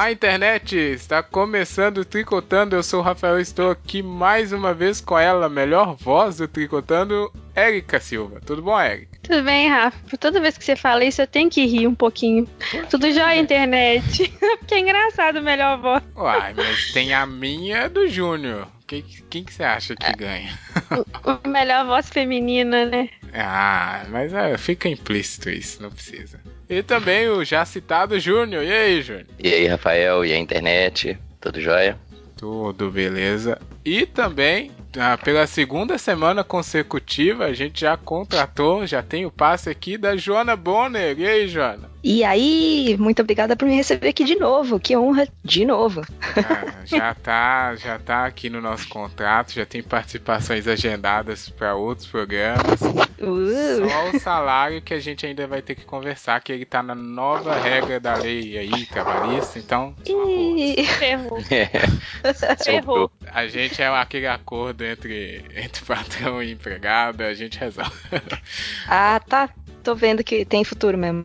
Olá, internet! Está começando o Tricotando, eu sou o Rafael, estou aqui mais uma vez com ela, a melhor voz do Tricotando, Érica Silva. Tudo bom, Érica? Tudo bem, Rafa. Toda vez que você fala isso, eu tenho que rir um pouquinho. Tudo jóia, internet. Porque é engraçado a melhor voz. Uai, mas tem a minha do Júnior. Quem que você acha que ganha? A melhor voz feminina, né? Ah, mas fica implícito isso, não precisa. E também o já citado Júnior. E aí, Júnior? E aí, Rafael, e a internet? Tudo jóia? Tudo beleza. E também, pela segunda semana consecutiva, a gente já contratou, já tem o passe aqui da Joana Bonner. E aí, Joana? E aí, muito obrigada por me receber aqui de novo. Que honra, de novo. Já tá aqui no nosso contrato, já tem participações agendadas para outros programas. Só o salário que a gente ainda vai ter que conversar, que ele tá na nova regra da lei aí, trabalhista, então... Ferrou. A gente é aquele acordo entre patrão e empregado, a gente resolve. Ah, tá. Tô vendo que tem futuro mesmo.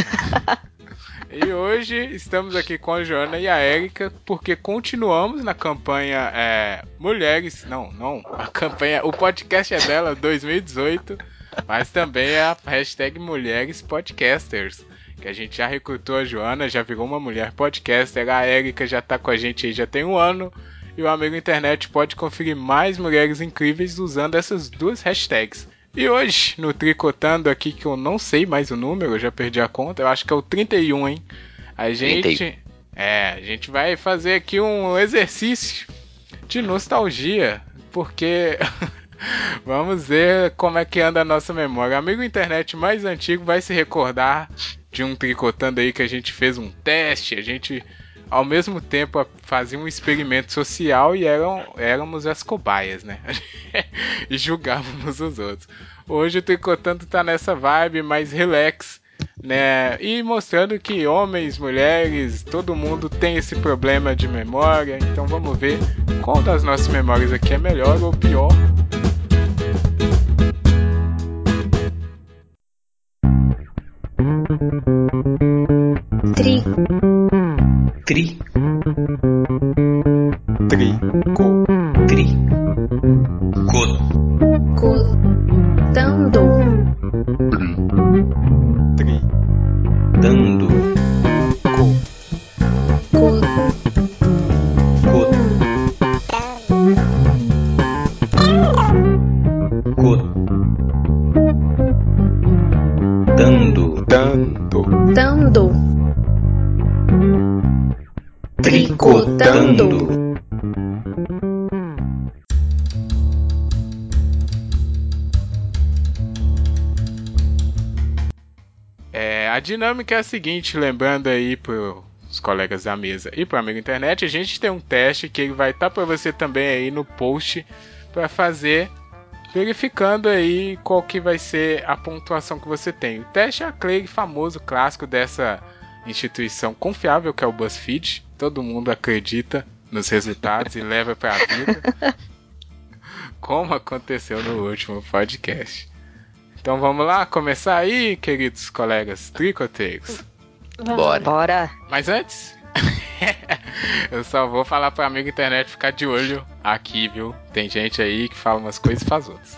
E hoje estamos aqui com a Joana e a Érica, porque continuamos na campanha Mulheres... Não, a campanha... O podcast é dela, 2018, mas também é a hashtag Mulheres Podcasters, que a gente já recrutou a Joana, já virou uma mulher podcaster, a Érica já tá com a gente aí já tem um ano, e o amigo internet pode conferir mais mulheres incríveis usando essas duas hashtags. E hoje, no Tricotando aqui, que eu não sei mais o número, eu já perdi a conta, eu acho que é o 31, hein? A gente vai fazer aqui um exercício de nostalgia, porque vamos ver como é que anda a nossa memória. O amigo internet mais antigo vai se recordar de um Tricotando aí que a gente fez um teste, a gente... Ao mesmo tempo fazia um experimento social e éramos as cobaias, né? E julgávamos os outros. Hoje o Tricotando tá nessa vibe mais relax, né? E mostrando que homens, mulheres, todo mundo tem esse problema de memória. Então vamos ver qual das nossas memórias aqui é melhor ou pior. Tricotando. A dinâmica é a seguinte, lembrando aí pros colegas da mesa e pro amigo internet, a gente tem um teste que ele vai estar para você também aí no post para fazer, verificando aí qual que vai ser a pontuação que você tem. O teste é aquele famoso clássico dessa instituição confiável que é o BuzzFeed. Todo mundo acredita nos resultados e leva para a vida, como aconteceu no último podcast. Então vamos lá, começar aí, queridos colegas tricoteiros. Bora. Mas antes, eu só vou falar para amigo internet ficar de olho aqui, viu? Tem gente aí que fala umas coisas e faz outras.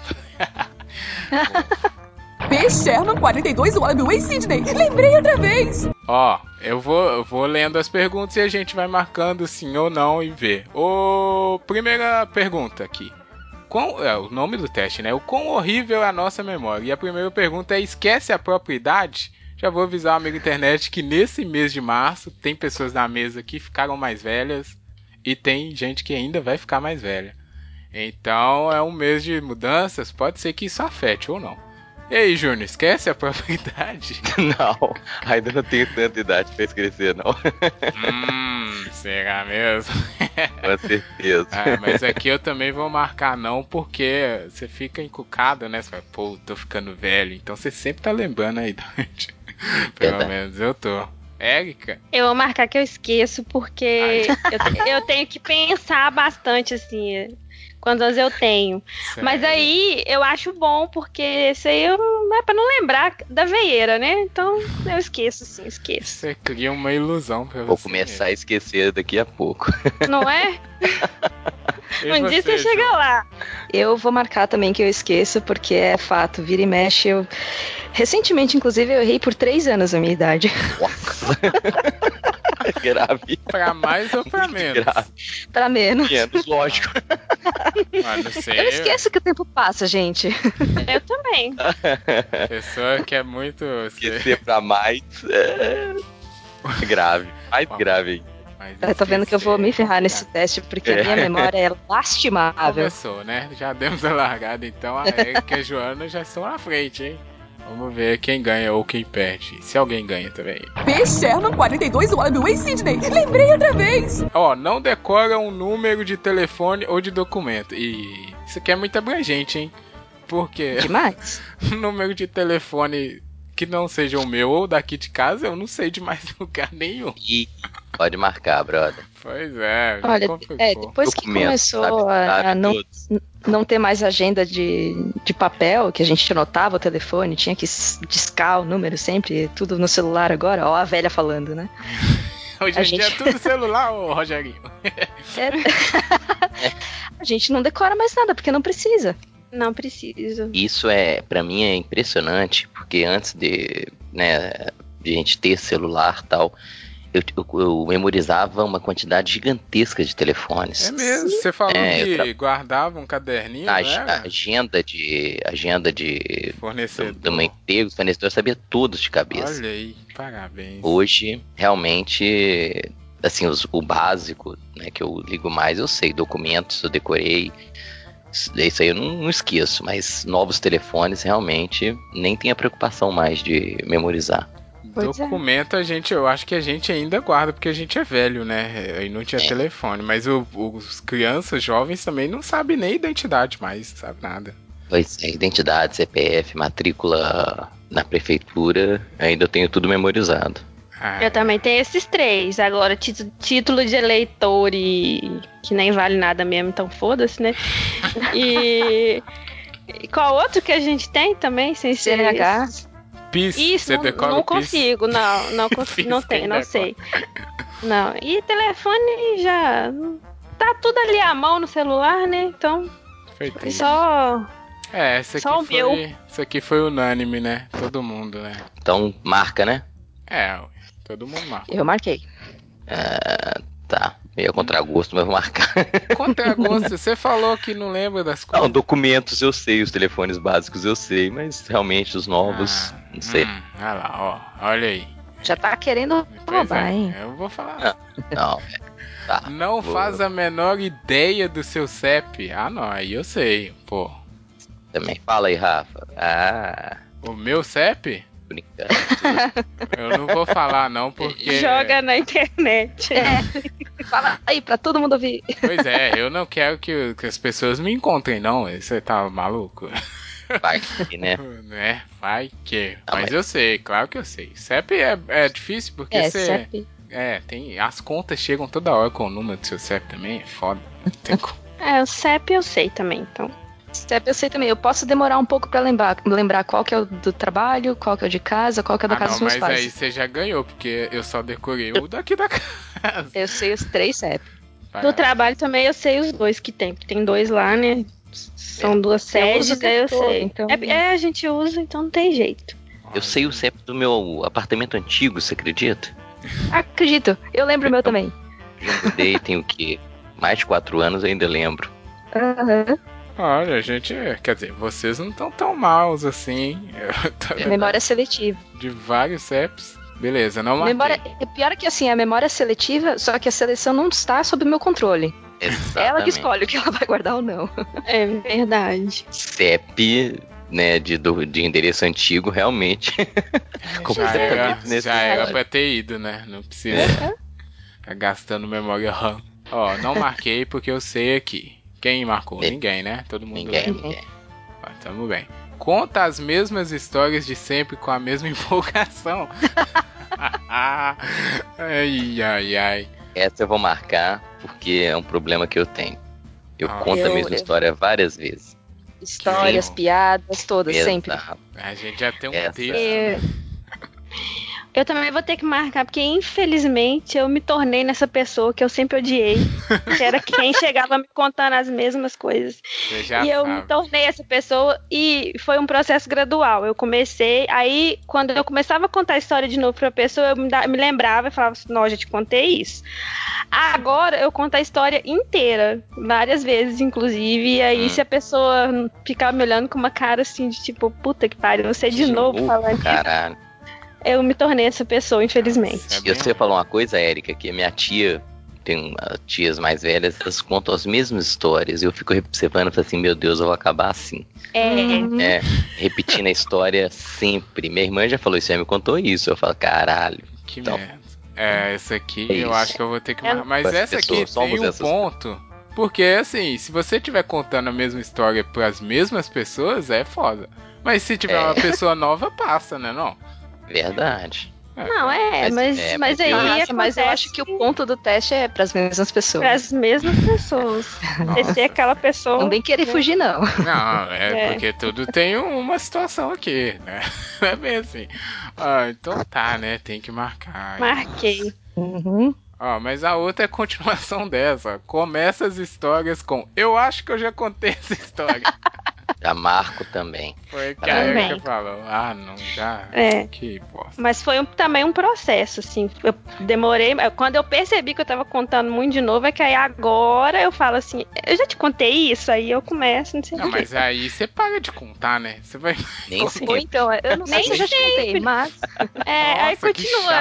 P. Sherman, 42 Waterway, Sydney. Lembrei outra vez. Ó, eu vou lendo as perguntas e a gente vai marcando sim ou não e vê. Primeira pergunta aqui. O nome do teste, né? O quão horrível é a nossa memória? E a primeira pergunta é: esquece a própria idade? Já vou avisar o amigo internet que nesse mês de março tem pessoas na mesa que ficaram mais velhas e tem gente que ainda vai ficar mais velha. Então é um mês de mudanças, pode ser que isso afete ou não. E aí, Júnior, esquece a própria idade? Não, ainda não tenho tanta idade pra esquecer, não. Será mesmo? Com certeza. Mas aqui eu também vou marcar não, porque você fica encucado, né? Você fala, pô, tô ficando velho. Então você sempre tá lembrando a idade. Pelo menos eu tô. Érica? Eu vou marcar que eu esqueço, porque eu tenho que pensar bastante, assim. quantos anos eu tenho. Sério? Mas aí eu acho bom, porque isso aí não é pra não lembrar da veieira, né? Então eu esqueço, sim, esqueço. Você cria uma ilusão pra Vou você. começar a esquecer daqui a pouco. Não é? E Um dia você chega Ju? lá. Eu vou marcar também que eu esqueço, porque é fato, vira e mexe. Recentemente, inclusive, eu errei por 3 anos a minha idade. Nossa. Grave. Pra mais ou pra Muito menos? grave. Pra menos. Menos, lógico. Ah, não sei. Eu esqueço que o tempo passa, gente. Eu também. Pessoa que é muito. Esquecer pra mais é grave. Mais Bom. grave ainda. Mas Eu tô vendo que eu vou me ferrar nesse esquecer- teste, porque a minha memória é lastimável. Começou, né? Já demos a largada, então a Erika e a Joana já estão na frente, hein? Vamos ver quem ganha ou quem perde. Se alguém ganha também. P. Sherman 42W em Sydney. Lembrei outra vez. Ó, não decora um número de telefone ou de documento. E isso aqui é muito abrangente, hein? Porque Demais. um número de telefone que não seja o meu ou daqui de casa, eu não sei de mais lugar nenhum. E pode marcar, brother. Pois é, já Olha, complicou. depois que Documento, começou sabe a todos. não ter mais agenda de papel, que a gente anotava o telefone, tinha que discar o número sempre, tudo no celular agora, ó a velha falando, né? Hoje a em dia é gente- tudo celular, ô Rogerinho. A gente não decora mais nada, porque não precisa. Não preciso. Isso pra mim é impressionante, porque antes de a gente ter celular e tal, eu memorizava uma quantidade gigantesca de telefones. É mesmo, você falou É, que guardava um caderninho, A não era? agenda de Fornecedor. do meu emprego, do fornecedor, eu sabia todos de cabeça. Olha aí, parabéns. Hoje, realmente, assim, o básico, né, que eu ligo mais, eu sei, documentos, eu decorei. Isso aí eu não esqueço, mas novos telefones, realmente, nem tenho a preocupação mais de memorizar. Pois é. Documento eu acho que a gente ainda guarda porque a gente é velho, né? Aí não tinha telefone, mas os crianças, jovens também não sabem nem identidade mais, não sabe nada. Pois é, identidade, CPF, matrícula na prefeitura, ainda eu tenho tudo memorizado. Ah, Eu também tenho esses 3. Agora, título de eleitor e que nem vale nada mesmo, então foda-se, né? E qual outro que a gente tem também, sem ser CNH. esse? PIS, Isso, você não, decora não o PIS? consigo, não consigo, não PIS, tem, quem não decora? sei. Não, e telefone já tá tudo ali à mão no celular, né? Então, Feito isso. só Esse só o aqui meu. isso aqui foi unânime, né? Todo mundo, né? Então, marca, né? Todo mundo marca. Eu marquei. Tá, meio contra gosto, mas vou marcar. Contra gosto, você falou que não lembra das coisas. Não, documentos eu sei, os telefones básicos eu sei, mas realmente os novos, não sei. Olha lá, ó. Olha aí. Já tá querendo Pois roubar, é, hein? eu vou falar. Não, tá. Não faz a menor ideia do seu CEP. Ah, não, aí eu sei, pô. Também. Fala aí, Rafa. O meu CEP? Brincando. Eu não vou falar não, porque... Joga na internet. Fala aí pra todo mundo ouvir. Pois é, eu não quero que as pessoas me encontrem, não. Você tá maluco? Vai que, né? Né? Vai que. Ah, mas mas- eu sei, claro que eu sei. CEP é difícil porque você... CEP. tem... As contas chegam toda hora com o número do seu CEP também, é foda. Não tem como. O CEP eu sei também, então. CEP eu sei também. Eu posso demorar um pouco pra lembrar qual que é o do trabalho, qual que é o de casa, qual que é o da casa não, dos meus mas pais. aí você já ganhou, porque eu só decorei o daqui da casa. Eu sei os 3 CEP. Do trabalho também eu sei os 2 que tem. Tem 2 lá, né? São 2 Eu uso o sedes, tempo aí eu todo, sei. então- A gente usa, então não tem jeito. Eu sei o CEP do meu apartamento antigo, você acredita? Acredito. Eu lembro o meu também. Eu mudei, tem o quê? Mais de 4 anos, eu ainda lembro. Aham. Olha, gente, quer dizer, vocês não estão tão maus assim. Eu tô lembrando Memória seletiva. de vários CEPs. Beleza, não marquei. Memória, pior é que assim, a memória é seletiva, só que a seleção não está sob o meu controle. Exatamente. Ela que escolhe o que ela vai guardar ou não. É verdade. CEP, né, de endereço antigo, realmente. Já era pra ter ido, né? Não precisa ficar gastando memória RAM. Ó, não marquei porque eu sei aqui. Quem marcou? Ninguém, né? Todo mundo lembra. Ninguém. Ó, tamo bem. Conta as mesmas histórias de sempre com a mesma empolgação. Ai. Essa eu vou marcar porque é um problema que eu tenho. Eu conto a mesma história várias vezes. Histórias, piadas, todas, sempre. A gente já tem um texto. Eu também vou ter que marcar, porque infelizmente eu me tornei nessa pessoa que eu sempre odiei. Que era quem chegava me contando as mesmas coisas. E eu me tornei essa pessoa e foi um processo gradual. Eu comecei, aí quando eu começava a contar a história de novo pra pessoa, eu me lembrava e falava assim, não, já te contei isso. Agora eu conto a história inteira, várias vezes, inclusive, e aí se a pessoa ficava me olhando com uma cara assim de tipo, puta que pariu, você de novo falando. Caralho. Eu me tornei essa pessoa, infelizmente. E você falou uma coisa, Érica, que minha tia, tem tias mais velhas, elas contam as mesmas histórias. E eu fico observando e falo assim, meu Deus, eu vou acabar assim. Repetindo a história sempre. Minha irmã já falou isso, já me contou isso. Eu falo, caralho. Que merda. Essa aqui eu acho que eu vou ter que marcar. Mas essa aqui tem um ponto. Porque, assim, se você estiver contando a mesma história pras mesmas pessoas, é foda. Mas se tiver uma pessoa nova, passa, né, não? Verdade. Não, mas aí acontece... Mas eu acho que o ponto do teste é pras mesmas pessoas. Pras mesmas pessoas. Você ser aquela pessoa... Não vem querer fugir, não. Não, porque tudo tem uma situação aqui, né? Não é bem assim. Então tá, né? Tem que marcar. Marquei. Mas a outra é a continuação dessa. Começa as histórias com eu acho que eu já contei essa história. Já marco também. Foi que a Erika falou. Não, já. Que bosta. Mas foi também um processo, assim. Eu demorei. Quando eu percebi que eu tava contando muito de novo, é que aí agora eu falo assim, eu já te contei isso, aí eu começo, não sei o quê. Mas aí você para de contar, né? Você vai. Nem Ou então, eu não sei se eu já te contei, mas. Aí continua.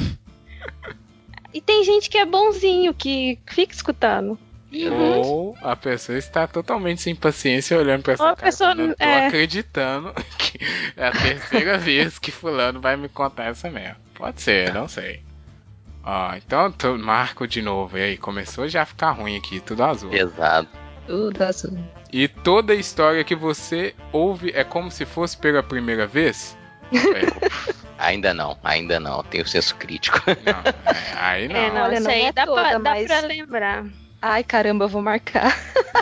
E tem gente que é bonzinho, que fica escutando. Ou a pessoa está totalmente sem paciência olhando pra essa cara. Não tô acreditando que é a terceira vez que fulano vai me contar essa merda. Pode ser, não sei. Então marco de novo. E aí, começou já a ficar ruim aqui, tudo azul. Pesado. Tudo azul. E toda história que você ouve é como se fosse pela primeira vez? Ainda não. Tenho senso crítico. Aí não. Olha, não sei, dá pra lembrar. Ai, caramba, eu vou marcar.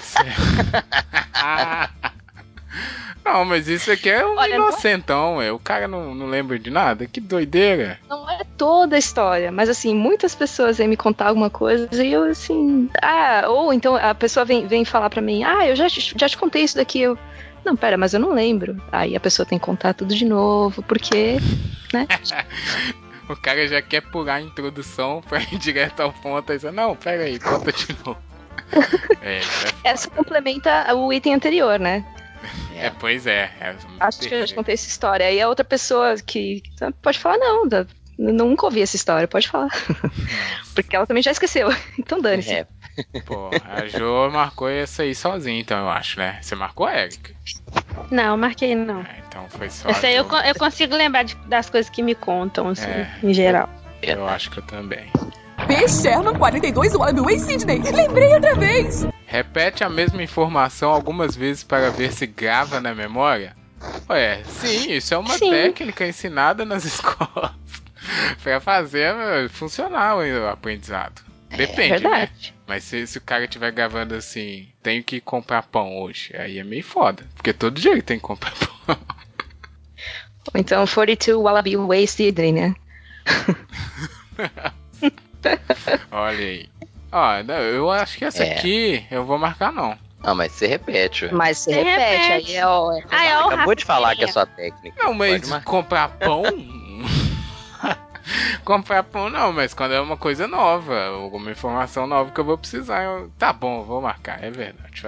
Não, mas isso aqui é um inocentão, o cara não lembra de nada, que doideira. Não é toda a história, mas assim, muitas pessoas vêm me contar alguma coisa e eu assim, ou então a pessoa vem falar pra mim, eu já te contei isso daqui, não, pera, mas eu não lembro. Aí a pessoa tem que contar tudo de novo, porque, né? O cara já quer pular a introdução pra ir direto ao ponto. Aí você, não, pera aí, conta de novo. Essa complementa o item anterior, né? Pois é. Acho que eu já contei essa história. Aí a outra pessoa que pode falar, não, nunca ouvi essa história, pode falar. Porque ela também já esqueceu. Então dane-se. Pô, a Jo marcou essa aí sozinha, então eu acho, né? Você marcou a Erika? Não, eu marquei não. Então foi só. Essa aí eu consigo lembrar das coisas que me contam, assim, em geral. Eu acho que eu também. P. Sherman 42 Wallaby Sidney. Lembrei outra vez. Repete a mesma informação algumas vezes para ver se grava na memória? Sim, isso é uma técnica ensinada nas escolas para fazer funcionar o aprendizado. Depende, né? Mas se o cara estiver gravando assim, tenho que comprar pão hoje, aí é meio foda, porque todo dia ele tem que comprar pão. Então 42 Wallaby Way Sidney, né? Olha aí. Eu acho que essa aqui eu vou marcar não. Não, mas você repete. Mas você repete, aí acabou de falar que é sua técnica. Não, mas comprar pão... Comprar pão não, mas quando é uma coisa nova, alguma informação nova que eu vou precisar, tá bom, eu vou marcar, é verdade.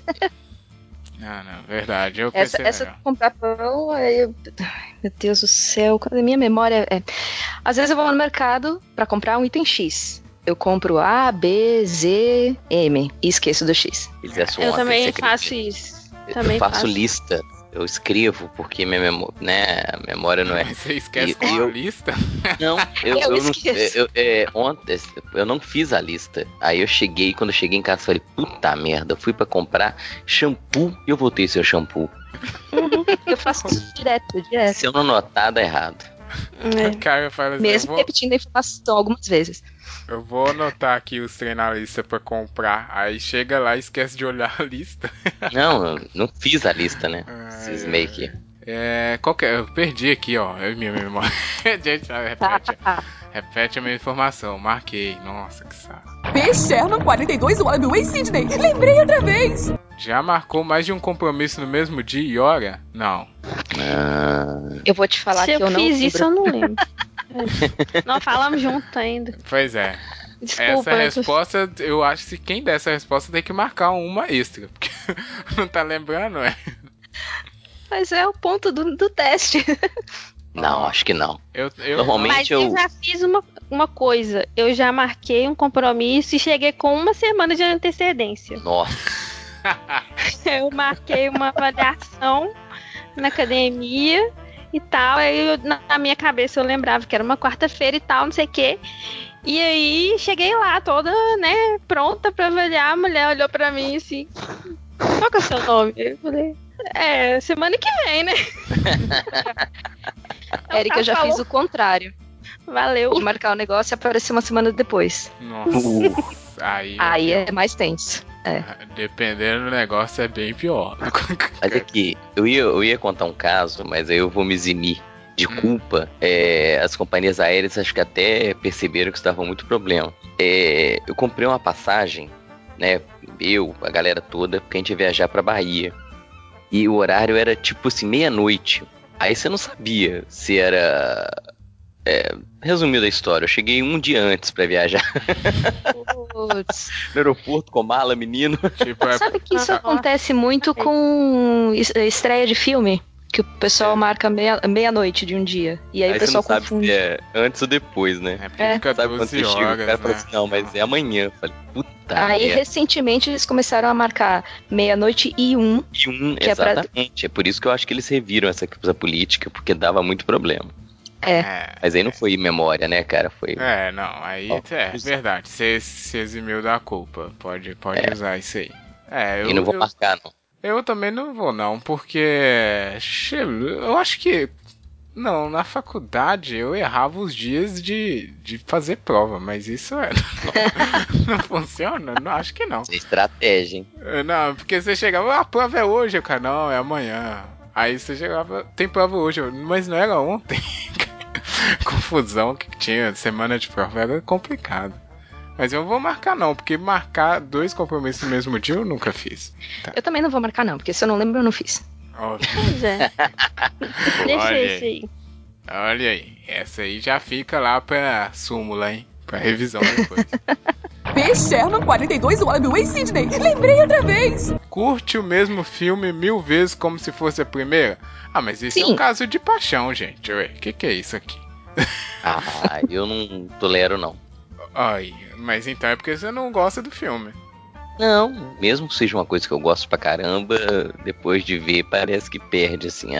Não, verdade. Essa comprar pão, meu Deus do céu, a minha memória às vezes eu vou no mercado pra comprar um item X. Eu compro A, B, Z, M e esqueço do X. Eu também faço isso. Eu faço lista. Eu escrevo, porque minha memória não é... Mas você esquece com a lista? Não, ontem eu não fiz a lista. Aí quando eu cheguei em casa, falei, puta merda, eu fui pra comprar shampoo e eu voltei sem o shampoo. Eu faço isso direto. Se eu não notar, dá errado. O cara fala assim, Mesmo repetindo a informação algumas vezes. eu vou anotar aqui os trem na lista pra comprar. Aí chega lá e esquece de olhar a lista. Não, eu não fiz a lista, né? Esses meio que. Qual que é? Eu perdi aqui, ó. É minha memória. Gente, repete a minha informação. Marquei. Nossa, que saco. P. Sherman, 42 Waterway, Sydney. Lembrei outra vez. Já marcou mais de um compromisso no mesmo dia e hora? Não. Eu vou te falar Se que eu eu não fiz lembro. isso, eu não lembro. Não falamos junto ainda. Pois é. Desculpa. Essa resposta, eu acho que quem der essa resposta tem que marcar uma extra. Porque não tá lembrando, é? Mas é o ponto do teste. Não, acho que não. Eu Normalmente Mas eu já fiz uma coisa. Eu já marquei um compromisso e cheguei com uma semana de antecedência. Nossa. Eu marquei uma avaliação na academia e tal. Aí na minha cabeça eu lembrava que era uma quarta-feira e tal, não sei o quê. E aí cheguei lá toda, né, pronta pra avaliar. A mulher olhou pra mim assim: qual que é o seu nome? Eu falei: semana que vem, né? Érica, eu já fiz o contrário. Valeu. De marcar o negócio e aparecer uma semana depois. Nossa. Aí é mais tenso. Dependendo do negócio é bem pior. Olha aqui, eu ia contar um caso, mas aí eu vou me eximir de culpa. As companhias aéreas acho que até perceberam que isso dava muito problema. Eu comprei uma passagem, né? A galera toda, porque a gente ia viajar pra Bahia. E o horário era tipo assim, meia-noite. Aí você não sabia se era... resumindo a história, eu cheguei um dia antes pra viajar. Putz. No aeroporto com mala, menino. Sabe que isso acontece muito com estreia de filme? Que o pessoal marca meia-noite de um dia. E aí o pessoal você não confunde. Sabe se é antes ou depois, né? Fica sabe quando você chega, o cara fala assim, não, mas é amanhã. Eu falei, puta Aí merda. recentemente eles começaram a marcar meia-noite e um. Que exatamente. É por isso que eu acho que eles reviram essa política, porque dava muito problema. Mas aí não foi memória, né, cara? Foi. Não, aí é verdade. Você eximiu da culpa. Pode usar isso aí. E não vou marcar, não. Eu também não vou, não, porque eu acho que não, na faculdade eu errava os dias de fazer prova, mas isso não funciona? Não, acho que não. Isso é estratégia, hein? Não, porque você chegava, a prova é hoje, eu cara, não, é amanhã. Aí você chegava, tem prova hoje, mas não era ontem. Confusão que tinha, semana de prova era complicado. Mas eu não vou marcar não, porque marcar 2 compromissos no mesmo dia eu nunca fiz. Tá. Eu também não vou marcar não, porque se eu não lembro eu não fiz. Pois é. Deixa esse aí. Olha aí, essa aí já fica lá pra súmula, hein? Pra revisão depois. P. Sherman, 42 Waterway, Sydney. Lembrei outra vez. Curte o mesmo filme 1000 vezes como se fosse a primeira? Mas esse é um caso de paixão, gente. Ué, que é isso aqui? Eu não tolero, não. Ai, mas então é porque você não gosta do filme. Não, mesmo que seja uma coisa que eu gosto pra caramba, depois de ver parece que perde, assim,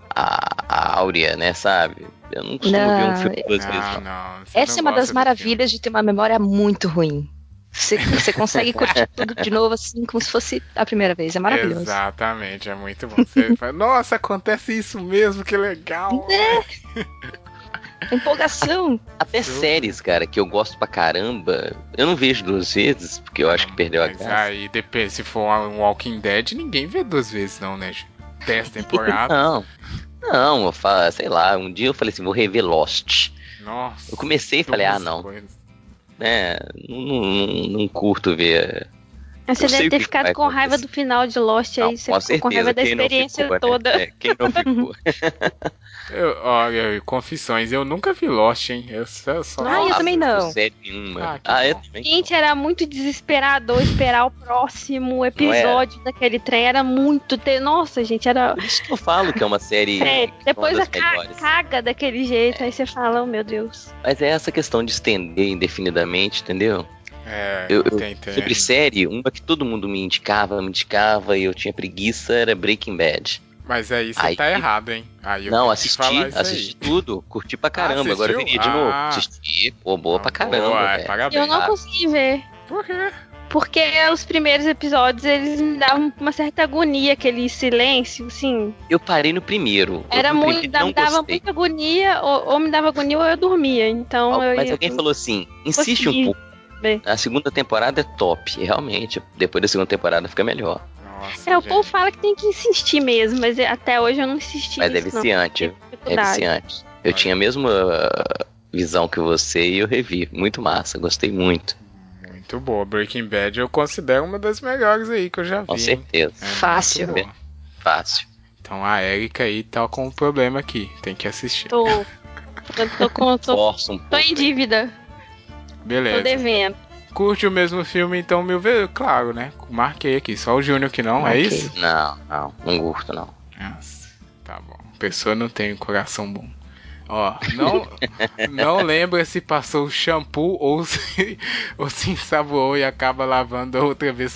a áurea, né, sabe? Eu não costumo ver um filme 2 vezes, não. Essa é uma das maravilhas de ter uma memória muito ruim. Você consegue curtir tudo de novo, assim, como se fosse a primeira vez. É maravilhoso. Exatamente, é muito bom. Você fala, nossa, acontece isso mesmo, que legal. Empolgação. Até séries, cara, que eu gosto pra caramba, eu não vejo 2 vezes, porque eu acho que perdeu a graça. Aí, depende, se for um Walking Dead, ninguém vê 2 vezes, não, né? 10 temporadas. Não, eu falo, sei lá, um dia eu falei assim, vou rever Lost. Nossa. Eu comecei e falei, não. Não curto ver. Você deve ter ficado com raiva do final de Lost aí. Você ficou com raiva da experiência toda. Né? Quem não ficou? Olha, confissões, eu nunca vi Lost, hein? Eu só eu também não. Gente, era muito desesperador esperar o próximo episódio daquele trem. Era muito. Nossa, gente, era. Por isso que eu falo que é uma série. Depois a caga daquele jeito, aí você fala, oh meu Deus. Mas é essa questão de estender indefinidamente, entendeu? Sobre série, uma que todo mundo me indicava e eu tinha preguiça era Breaking Bad. Mas aí você tá errado, hein? Assisti tudo, curti pra caramba. Agora eu veria de novo. Assisti, boa pra caramba. Eu não consegui ver. Por quê? Porque os primeiros episódios, eles me davam uma certa agonia, aquele silêncio, assim. Eu parei no primeiro. Era No muito, primeiro não dava gostei. muita agonia, ou me dava agonia ou eu dormia. Então eu Mas ia... alguém falou assim, insiste um consegui pouco. ver. A segunda temporada é top. E realmente, depois da segunda temporada fica melhor. Nossa, O povo fala que tem que insistir mesmo, mas até hoje eu não insisti Mas é nisso, não. viciante. Tive É dificuldade. viciante. Eu tinha a mesma visão que você e eu revi. Muito massa, gostei muito. Muito boa. Breaking Bad eu considero uma das melhores aí que eu já vi. Com hein? certeza. É muito Fácil. boa. Fácil. Então a Erika aí tá com um problema aqui. Tem que assistir. Tô Força um pouco. em dívida, tô Beleza. devendo. Curte o mesmo filme, então, 1000 vezes? Claro, né? Marquei aqui. Só o Júnior que não, Marquei. é isso? Não curto não. Nossa, tá bom. A pessoa não tem um coração bom. Ó, não lembra se passou shampoo ou se ensaboou e acaba lavando outra vez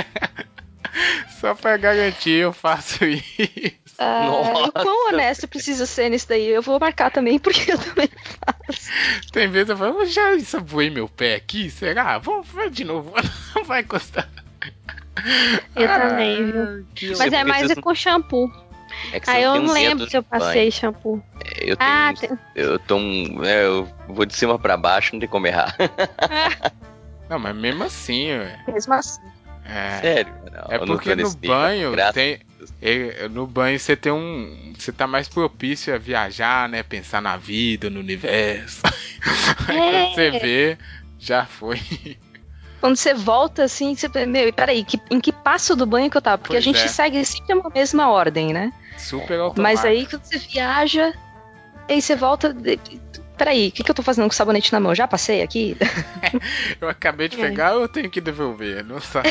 só pra garantir eu faço isso. Nossa. O quão honesto precisa ser nisso daí? Eu vou marcar também, porque eu também faço. Tem vezes eu falo, eu já ensaboei meu pé aqui? Será? Vamos de novo. Não vai custar. Eu também, viu? Que Mas porque é mais vocês com shampoo. É que você Aí eu tem não um lembro dedo se eu de banho. passei shampoo. Eu tenho. Ah, Eu tô eu vou de cima pra baixo, não tem como errar. Não, mas mesmo assim, ué. Mesmo assim. É, Sério? Não, é eu não porque tô no nesse nível, banho graças tem. No banho você tem um. Você tá mais propício a viajar, né? Pensar na vida, no universo. Aí quando você vê, já foi. Quando você volta assim, você. Meu, e peraí, em que passo do banho que eu tava? Porque Pois a gente é. segue sempre a mesma ordem, né? Super automático. Mas aí quando você viaja, aí você volta. Peraí, o que eu tô fazendo com o sabonete na mão? Já passei aqui? Eu acabei de pegar, eu tenho que devolver, não sabe?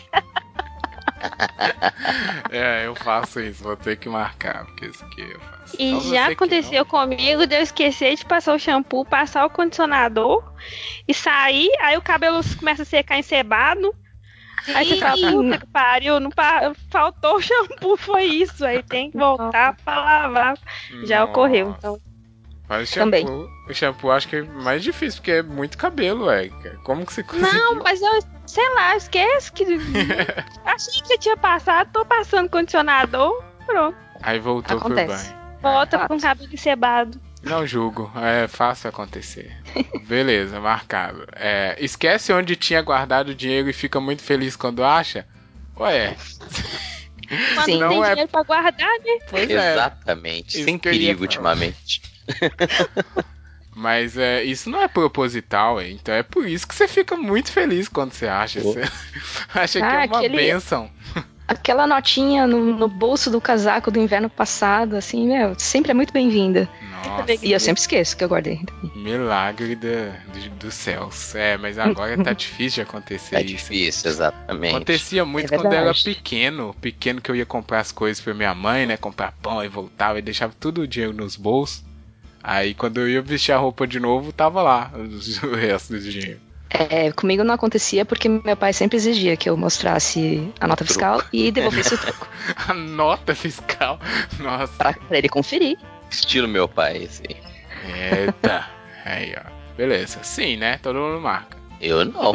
Eu faço isso, vou ter que marcar, porque isso aqui eu faço. E Então já você que aconteceu comigo de eu esquecer de passar o shampoo, passar o condicionador e sair, aí o cabelo começa a secar encebado. Aí você fala, puta que pariu, não faltou o shampoo, foi isso. Aí tem que voltar pra lavar. não. Já ocorreu, então. Mas o Também. shampoo acho que é mais difícil, porque é muito cabelo, cara. Como que você conseguiu? Não, mas eu, sei lá, esquece que. Achei que você tinha passado, tô passando condicionador, pronto. Aí voltou Acontece. pro banho. Volta com o cabelo encebado. Não julgo, é fácil acontecer. Beleza, marcado. Esquece onde tinha guardado o dinheiro e fica muito feliz quando acha? Ué. Quando Sim. tem Não é. dinheiro pra guardar, né? Pois é. Exatamente. Isso Sem que eu ia perigo falar. ultimamente. Mas isso não é proposital, então é por isso que você fica muito feliz quando você acha. Oh. Você acha que é uma bênção. Aquela notinha no bolso do casaco do inverno passado, assim, meu, sempre é muito bem-vinda. Nossa, E eu sempre esqueço que eu guardei. milagre dos céus. Mas agora tá difícil de acontecer É isso. difícil, exatamente. Acontecia muito É quando eu era verdade. pequeno que eu ia comprar as coisas pra minha mãe, né? Comprar pão e voltava e deixava tudo o dinheiro nos bolsos. Aí quando eu ia vestir a roupa de novo, tava lá o resto do dinheiro. Comigo não acontecia porque meu pai sempre exigia que eu mostrasse a nota fiscal e devolvesse o troco. A nota fiscal. Nossa. Pra ele conferir. Estilo meu pai, assim. Eita. Aí, ó. Beleza. Sim, né? Todo mundo marca. Eu não.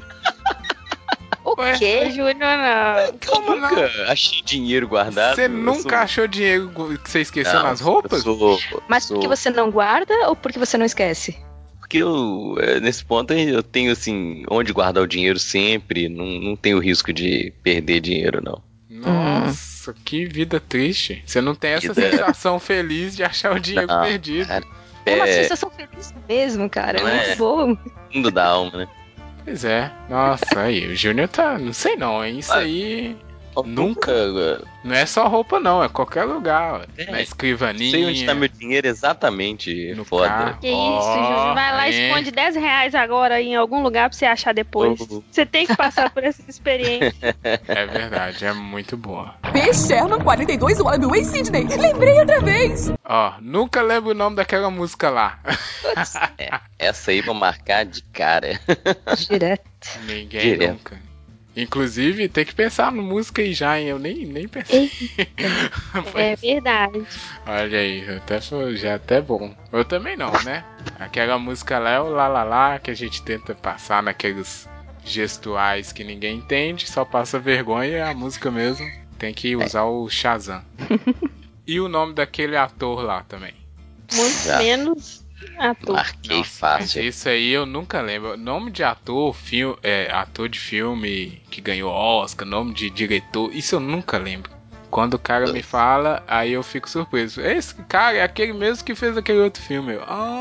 O Ué? O quê? Júnior não. Como não? Nunca achei dinheiro guardado. Você eu nunca sou- achou dinheiro que você esqueceu Não, nas roupas? Mas porque você não guarda ou porque você não esquece? Porque nesse ponto eu tenho assim, onde guardar o dinheiro sempre, não tenho risco de perder dinheiro, não. Nossa, que vida triste. Você não tem essa Vida- sensação feliz de achar o dinheiro Não, perdido. cara, É uma É. sensação feliz mesmo, cara. É Não é? muito bom. fundo da alma, né? Pois é. Nossa, aí, o Júnior tá. Não sei não, hein? Isso Ah, aí. Eu Nunca. Não é só roupa, não. É qualquer lugar. É, Na escrivaninha. sei onde tá meu dinheiro exatamente. No Foda. carro. Que isso, Júnior. Vai lá e esconde R$10 agora em algum lugar pra você achar depois. Oh. Você tem que passar por essa experiência. É verdade, é muito boa. P. Sherman, 42 Waterway, Sydney. Lembrei outra vez. Ó, nunca lembro o nome daquela música lá. Essa aí vou marcar de cara. Direto. Ninguém Direto. nunca. Inclusive, tem que pensar no música aí já, hein? Eu nem pensei. É verdade. Olha aí, já é até bom. Eu também não, né? Aquela música lá é o lá lá lá que a gente tenta passar naqueles gestuais que ninguém entende, só passa vergonha e a música mesmo tem que usar o Shazam. E o nome daquele ator lá também. Muito menos ator. Marquei Nossa, fácil. mas isso aí eu nunca lembro. Nome de ator, ator de filme que ganhou Oscar, nome de diretor, isso eu nunca lembro. Quando o cara me fala, aí eu fico surpreso. Esse cara é aquele mesmo que fez aquele outro filme.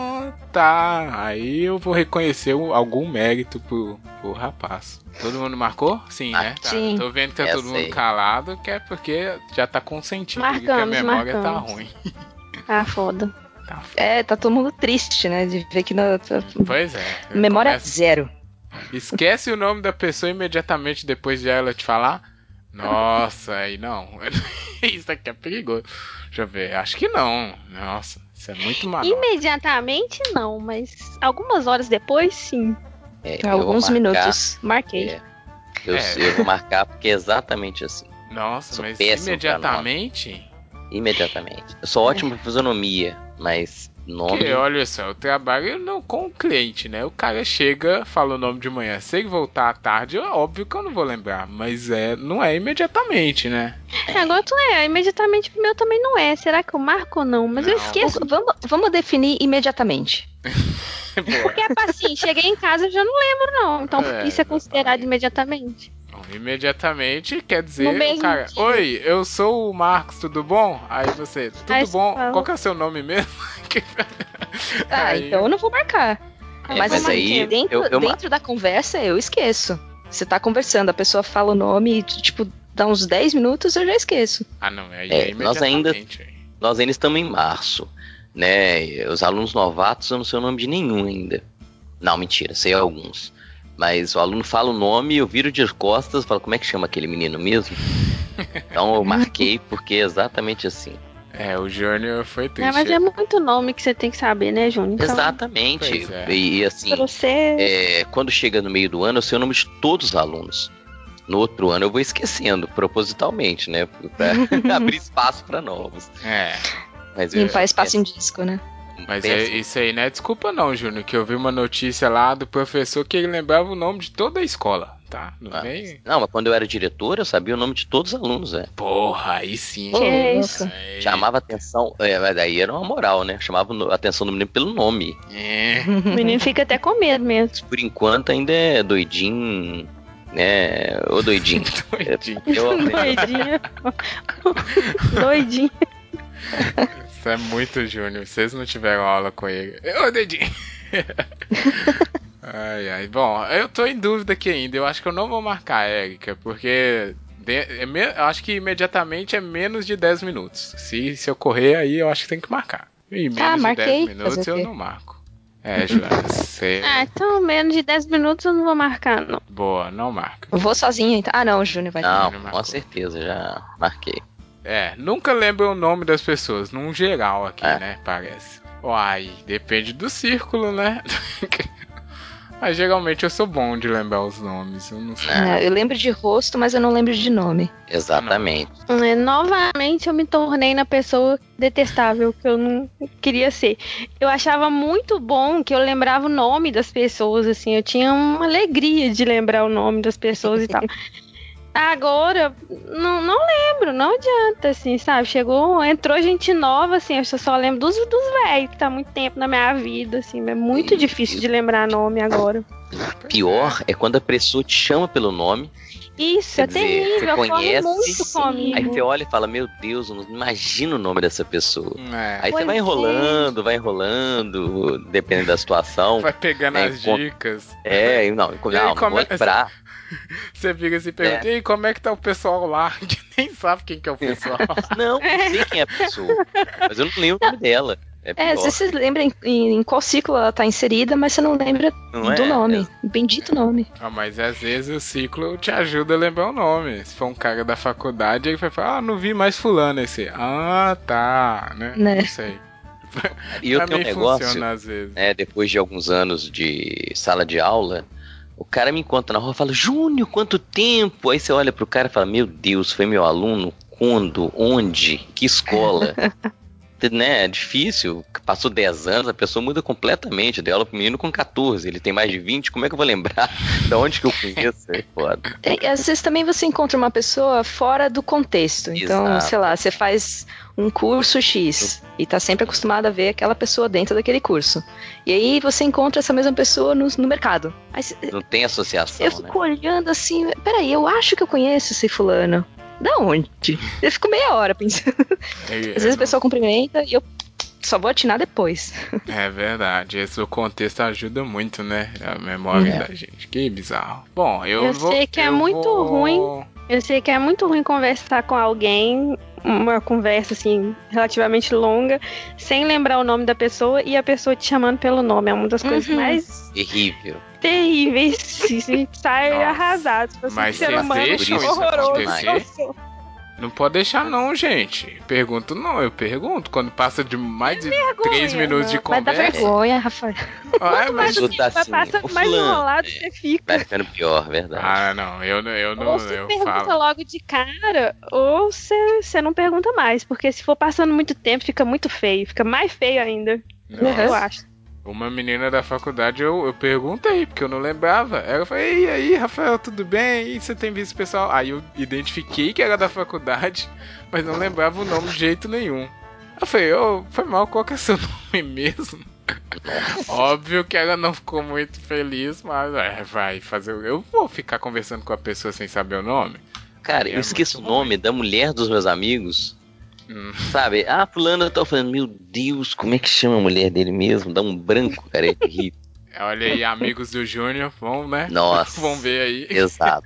Tá. Aí eu vou reconhecer algum mérito pro rapaz. Todo mundo marcou? Sim, né? Tá. Sim. Tô vendo que tá todo mundo calado, que é porque já tá com sentido que a memória tá ruim. Ah, foda. Tá todo mundo triste, né? De ver que Pois é. Memória zero. Esquece o nome da pessoa imediatamente depois de ela te falar. Nossa, aí não. Isso aqui é perigoso. Deixa eu ver. Acho que não. Nossa, isso é muito maluco. Imediatamente não, mas algumas horas depois, sim. Alguns minutos. Marquei. Eu vou marcar porque é exatamente assim. Nossa, mas imediatamente? Imediatamente. Eu sou ótimo pra fisionomia, mas nome... Porque, olha só, eu trabalho não com o cliente, né? O cara chega, fala o nome de manhã. Se ele voltar à tarde, é óbvio que eu não vou lembrar. Mas não é imediatamente, né? Agora tu imediatamente o meu também não é. Será que eu marco ou não? Mas eu esqueço. Vamos definir imediatamente. Porque assim, cheguei em casa e já não lembro, não. Então isso é considerado imediatamente. Imediatamente quer dizer, o cara, dia. Oi, eu sou o Marcos, tudo bom? Aí você, tudo bom? Qual que é o seu nome mesmo? Então eu não vou marcar. Mas aí, dentro da conversa eu esqueço. Você tá conversando, a pessoa fala o nome e, tipo, dá uns 10 minutos eu já esqueço. Não, aí imediatamente. Nós ainda estamos em março, né? Os alunos novatos eu não sei o nome de nenhum ainda. Não, mentira, sei alguns. Mas o aluno fala o nome, eu viro de costas e falo, como é que chama aquele menino mesmo? Então eu marquei porque é exatamente assim. O Júnior foi triste. Mas é muito nome que você tem que saber, né, Júnior? Então, exatamente. E assim, quando chega no meio do ano, eu sei o nome de todos os alunos. No outro ano eu vou esquecendo, propositalmente, né? Pra abrir espaço para novos. Mas limpar espaço em disco, né? Mas isso aí não é desculpa não, Júnior, que eu vi uma notícia lá do professor que ele lembrava o nome de toda a escola, tá? Não, mas quando eu era diretor, eu sabia o nome de todos os alunos, Porra, aí sim. Que é isso? Chamava atenção, mas daí era uma moral, né? Chamava a atenção do menino pelo nome. O menino fica até com medo mesmo. Por enquanto ainda é doidinho, né? Ô doidinho. Doidinho. Isso é muito Júnior. Vocês não tiveram aula com ele. Ô, dedinho. Ai. Bom, eu tô em dúvida aqui ainda. Eu acho que eu não vou marcar a Erika, porque eu acho que imediatamente é menos de 10 minutos. Se eu correr, aí eu acho que tem que marcar. E menos de 10 minutos eu não marco. Joana, você... então menos de 10 minutos eu não vou marcar, não. Boa, não marca. Eu vou sozinha, então. O Júnior vai. Não, com certeza, já marquei. Nunca lembro o nome das pessoas, num geral aqui, né, parece. Uai, depende do círculo, né? Mas geralmente eu sou bom de lembrar os nomes, eu não sei. Eu lembro de rosto, mas eu não lembro de nome. Exatamente. Novamente eu me tornei na pessoa detestável que eu não queria ser. Eu achava muito bom que eu lembrava o nome das pessoas, assim, eu tinha uma alegria de lembrar o nome das pessoas e tal. Agora, não lembro, não adianta, assim, sabe? Entrou gente nova, assim, eu só lembro dos velhos, que tá há muito tempo na minha vida, assim, é muito difícil de lembrar nome agora. Pior é quando a pessoa te chama pelo nome. Isso, terrível, você conhece, muito comigo. Aí você olha e fala, meu Deus, eu não imagino o nome dessa pessoa. Aí você vai enrolando, dependendo da situação. Vai pegando as dicas. Não vou lembrar. Você fica se perguntando, e aí, como é que tá o pessoal lá? Que nem sabe quem que é o pessoal. Não sei quem é a pessoa, mas eu não lembro o nome dela. Você lembra em qual ciclo ela tá inserida, mas você não lembra do nome. Bendito nome. Mas às vezes o ciclo te ajuda a lembrar o nome. Se for um cara da faculdade, ele vai falar, não vi mais fulano esse. Tá, né? Não sei. E eu tenho um negócio, funciona, às vezes. Depois de alguns anos de sala de aula, o cara me encontra na rua e fala, Júnior, quanto tempo? Aí você olha pro cara e fala, meu Deus, foi meu aluno? Quando? Onde? Que escola? né, é difícil. Passou 10 anos, a pessoa muda completamente. Deu aula pro menino com 14, ele tem mais de 20, como é que eu vou lembrar de onde que eu conheço? É foda. Às vezes também você encontra uma pessoa fora do contexto. Então, Exato. sei lá, você faz um curso X e tá sempre acostumado a ver aquela pessoa dentro daquele curso. E aí você encontra essa mesma pessoa no mercado. Aí, Não tem associação, eu né? fico olhando assim, peraí, eu acho que eu conheço esse fulano. Da onde? Eu fico meia hora pensando. Às vezes a pessoa cumprimenta e eu só vou atinar depois. É verdade, esse contexto ajuda muito, né? A memória da gente. Que bizarro. Bom, eu vou... sei que é muito ruim. Eu sei que é muito ruim conversar com alguém, uma conversa assim, relativamente longa, sem lembrar o nome da pessoa e a pessoa te chamando pelo nome. É uma das coisas mais Terrível. terríveis. Sim, sai Nossa, arrasado. mas ser vocês humano deixam isso horroroso acontecer? que eu sou. Não pode deixar não, gente. Pergunto não, eu pergunto. Quando passa de mais de 3 minutos de Mas dá conversa... vergonha, Rafael. Ah, mas... Assim, Passa ô, mais fulano, enrolado você fica. vai ficando pior, verdade. Ah, não, eu não, Ou você eu pergunta falo. logo de cara, ou você não pergunta mais. Porque se for passando muito tempo, fica muito feio. Fica mais feio ainda. Nossa. Eu acho. Uma menina da faculdade, eu perguntei, porque eu não lembrava. Ela falou, e aí, Rafael, tudo bem? E você tem visto o pessoal? Aí eu identifiquei que era da faculdade, mas não lembrava o nome de jeito nenhum. Eu falei, foi mal, qual que é seu nome mesmo? Óbvio que ela não ficou muito feliz, mas vai fazer. Eu vou ficar conversando com a pessoa sem saber o nome. Cara, Aí eu esqueço o nome ruim. da mulher dos meus amigos. Sabe? Ah, fulano, eu tô falando, meu Deus, como é que chama a mulher dele mesmo? Dá um branco, cara, é terrível. Olha aí, amigos do Júnior, vão, né? Nossa. Vão ver aí. Exato.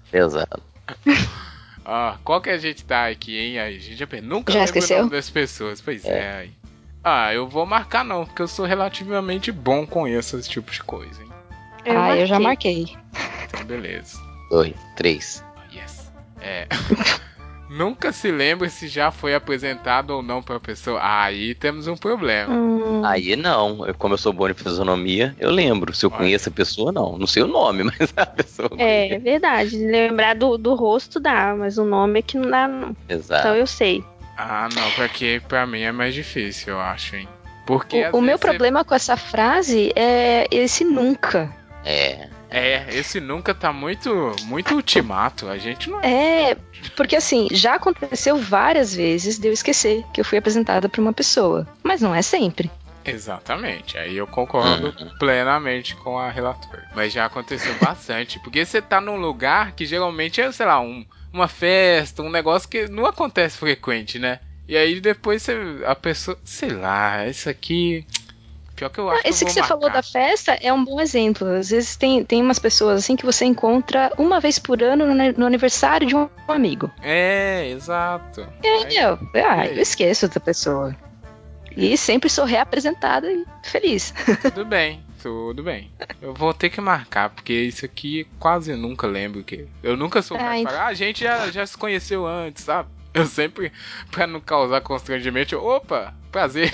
Qual que a gente tá aqui, hein? A gente nunca Já lembra esqueceu? o nome das pessoas. Pois é. Aí. Eu vou marcar não, porque eu sou relativamente bom com esse tipo de coisa, hein? Eu já marquei. Então, beleza. 2, 3. Yes. Nunca se lembra se já foi apresentado ou não pra pessoa. Aí temos um problema. Aí não, como eu sou bom em fisionomia, eu lembro. Se eu conheço a pessoa, não. Não sei o nome, mas a pessoa É verdade. Lembrar do rosto dá, mas o nome é que não dá, não. Exato. Então eu sei. Ah, não, porque pra mim é mais difícil, eu acho, hein? Porque O meu problema com essa frase é esse nunca. Esse nunca tá muito ultimato. A gente não porque assim, já aconteceu várias vezes de eu esquecer que eu fui apresentada pra uma pessoa. Mas não é sempre. Exatamente, aí eu concordo plenamente com a relatora. Mas já aconteceu bastante, porque você tá num lugar que geralmente é, sei lá, uma festa, um negócio que não acontece frequente, né? E aí depois a pessoa, sei lá, isso aqui... Pior que eu acho Esse que você falou da festa é um bom exemplo. Às vezes tem umas pessoas assim que você encontra uma vez por ano no aniversário de um amigo. Exato. Eu esqueço da pessoa. E sempre sou reapresentada e feliz. Tudo bem. Eu vou ter que marcar, porque isso aqui quase nunca lembro. Eu nunca sou o cara que fala, a gente já se conheceu antes, sabe? Eu sempre, pra não causar constrangimento, opa, prazer.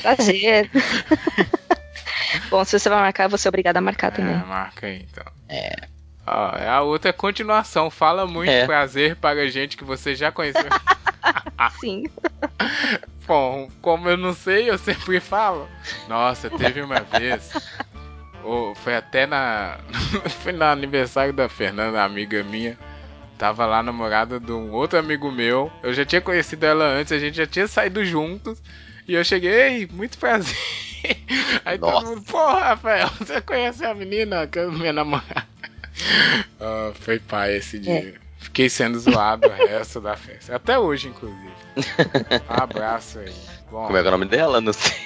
Bom, se você vai marcar, eu vou ser obrigada a marcar também. Marca aí, então. A outra é continuação. Fala muito prazer para a gente que você já conheceu. Sim. Bom, como eu não sei, eu sempre falo. Nossa, teve uma vez... foi até foi no aniversário da Fernanda, amiga minha. Tava lá, namorada de um outro amigo meu. Eu já tinha conhecido ela antes, a gente já tinha saído juntos. E eu cheguei, muito prazer. Aí todo mundo, porra, Rafael, você conhece a menina que é minha namorada? Foi pai esse dia. Fiquei sendo zoado o resto da festa. Até hoje, inclusive. Um abraço aí. Bom, como é que é o nome dela? Não sei.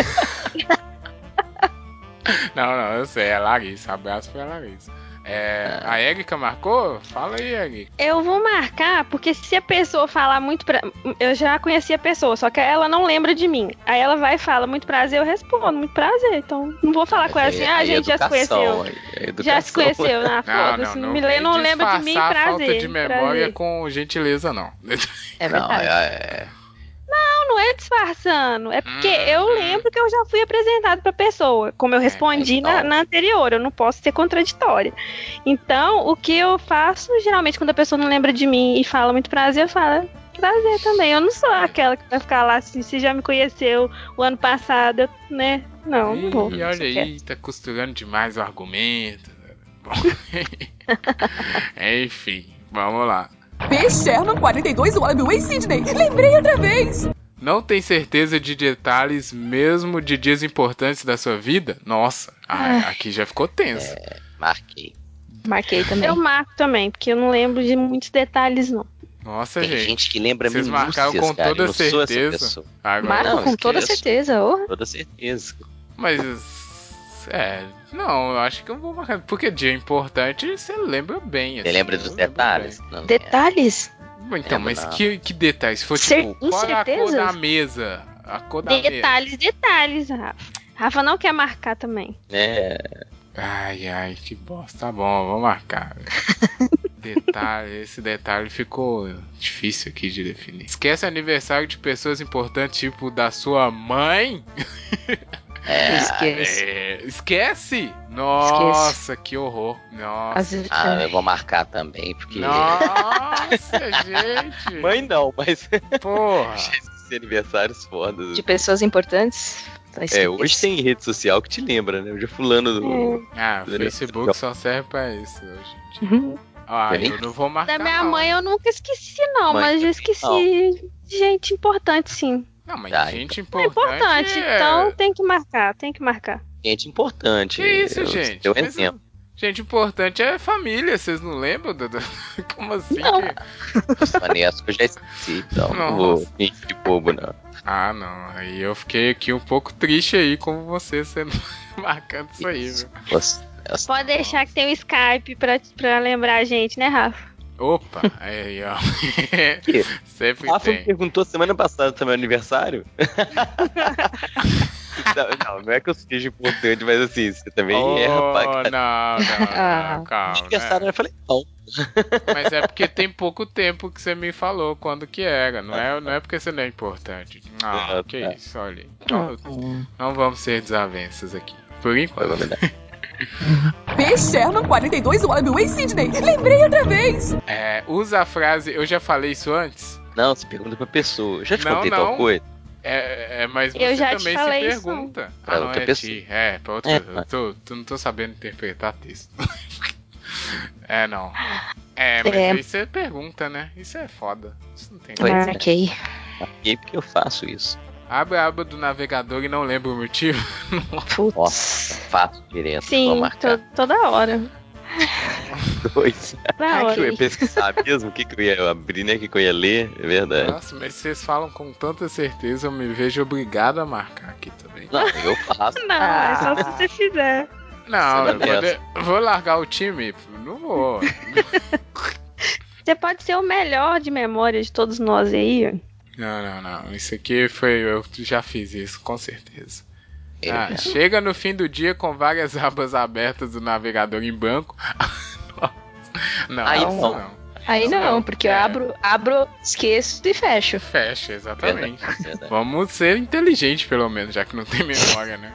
Não, eu sei, é Larissa. Abraço pra Larissa. A Erika marcou? Fala aí, Erika. Eu vou marcar, porque se a pessoa falar muito eu já conheci a pessoa, só que ela não lembra de mim. Aí ela vai e fala, muito prazer, eu respondo, muito prazer. Então, não vou falar com ela assim, a gente já se conheceu. Já se conheceu, foda-se. Não lembra de mim, prazer. Falta de memória com gentileza, não. É verdade. Não é disfarçando. É porque eu lembro que eu já fui apresentado pra pessoa. Como eu respondi na anterior. Eu não posso ser contraditória. Então, o que eu faço, geralmente, quando a pessoa não lembra de mim e fala muito prazer, eu falo, trazer também. Eu não sou aquela que vai ficar lá assim, se já me conheceu o ano passado, né? Não vou. E olha Você aí, quer. tá costurando demais o argumento. Bom, enfim, vamos lá. P. Sherman, 42 Waterway, Sydney. Lembrei outra vez. Não tem certeza de detalhes mesmo de dias importantes da sua vida? Nossa, aqui já ficou tenso. Marquei. Marquei também. Eu marco também, porque eu não lembro de muitos detalhes, não. Nossa, Tem gente que lembra vocês minúcias, marcaram com cara. toda Eu não sou essa certeza. pessoa. Agora, Marco com toda esqueço. certeza. Oh. Toda certeza. mas não, eu acho que eu vou marcar. Porque dia importante você lembra bem. Você assim, lembra eu dos lembro detalhes? bem. Não, Detalhes? Então, Lembro mas não. que detalhes? Se for tipo, qual é a cor Incertezas? da mesa? A cor da Detalhes, Rafa. Rafa não quer marcar também. É. Ai, que bosta. Tá bom, vou marcar. Esse detalhe ficou difícil aqui de definir. Esquece aniversário de pessoas importantes, tipo da sua mãe? Esquece. Esquece? Nossa, que horror. Nossa. Às vezes, Eu vou marcar também, porque. Nossa, gente. Mãe não, mas. Porra. Já esqueci aniversários fodas. de pessoas importantes. Tá esquece. Hoje tem rede social que te lembra, né? Eu já fulano do. O do Facebook só serve pra isso hoje em dia. Uhum. Eu não vou marcar. Da minha não. mãe eu nunca esqueci, não, Mãe mas já também esqueci de gente importante, sim. Não, mas Ah, gente É importante. importante, então tem que marcar. Gente importante. Que isso, gente? Eu Mas, exemplo. gente importante é família, vocês não lembram? Como assim? Não. Eu sou honesto que eu já esqueci, então não vou fingir de bobo, não. Ah, não. Aí eu fiquei aqui um pouco triste aí com você sendo marcando isso aí, viu? Pode deixar que tem o Skype pra lembrar a gente, né, Rafa? Opa, aí, ó. Que? Sempre Rafa me tem. perguntou semana passada também aniversário. não é que eu seja importante, mas assim, você também erra pra caralho. Não, calma. Aniversário, Né? eu falei, não. Mas é porque tem pouco tempo que você me falou quando que era. Não é porque você não é importante. Não, que isso, olha aí. Não vamos ser desavenças aqui. Por enquanto. P. Sherman, 42 Waterway, Sydney. Lembrei outra vez. Usa a frase, eu já falei isso antes? Não, você pergunta pra pessoa. Eu já te Não, contei não. tal coisa? Mas Eu você já te também falei se isso. pergunta. Pra outra pessoa. Pra outra pessoa. Eu não tô sabendo interpretar texto. Não. Mas aí você pergunta, né? Isso é foda. Isso não tem Pois nada. Marquei. E porque eu faço isso? Abre a aba do navegador e não lembra o motivo. Nossa, faço direto. Vou Sim, marcar. toda hora. 2. Da hora. Que eu ia pesquisar mesmo, o que eu ia abrir, né? O que eu ia ler, é verdade. Nossa, mas vocês falam com tanta certeza, eu me vejo obrigado a marcar aqui também. Não, eu faço. Não, é só se você fizer. Não, Você eu vou largar o time? Não vou. Você pode ser o melhor de memória de todos nós aí. Não. Isso aqui eu já fiz isso, com certeza. Chega no fim do dia com várias abas abertas do navegador em branco. Não, Aí isso não. não. Aí Não, não, porque eu abro, esqueço e fecho. Fecha, exatamente. Verdade. Vamos ser inteligentes, pelo menos, já que não tem memória, né?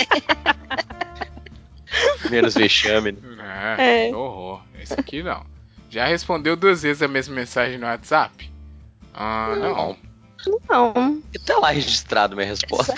Menos vexame, né? Que horror. Esse aqui não. Já respondeu 2 vezes a mesma mensagem no WhatsApp? Não. Não. E tá lá registrado minha resposta.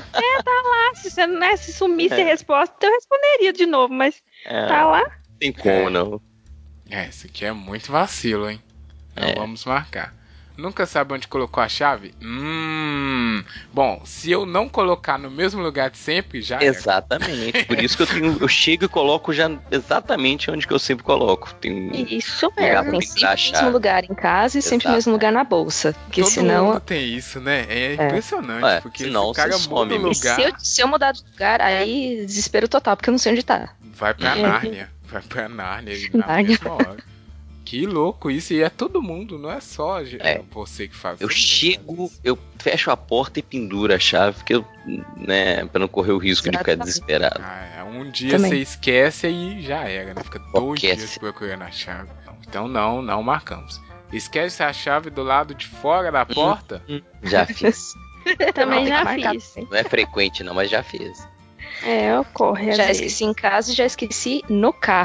Se sumisse a resposta, eu responderia de novo, mas tá lá. Tem como, não. Esse aqui é muito vacilo, hein? Então vamos marcar. Nunca sabe onde colocou a chave? Bom, se eu não colocar no mesmo lugar de sempre, já Exatamente. Por isso que eu chego e coloco já exatamente onde que eu sempre coloco. Tem Isso lugar mesmo. pra Tem pendurar a sempre o mesmo chave. lugar em casa e sempre o Exato. mesmo lugar na bolsa. Porque Todo senão. mundo tem isso, né? É impressionante, porque senão esse cara você muda some o mesmo. lugar, Se eu mudar de lugar, aí desespero total, porque eu não sei onde tá. vai pra Nárnia. Vai pra Nárnia na Nárnia. mesma hora. Que louco isso, e é todo mundo, não é só você que faz. Eu todo mundo chego, faz isso. eu fecho a porta e penduro a chave, porque eu, né, pra não correr o risco de ficar desesperado. Um dia Também. você esquece e já era, né? Fica 2 Esquece. dias procurando a chave. Então não marcamos. Esquece a chave do lado de fora da porta? Já fiz. Também já Marcar fiz. também. Não é frequente não, mas já fiz. Ocorre às Já vezes. esqueci em casa e já esqueci no carro.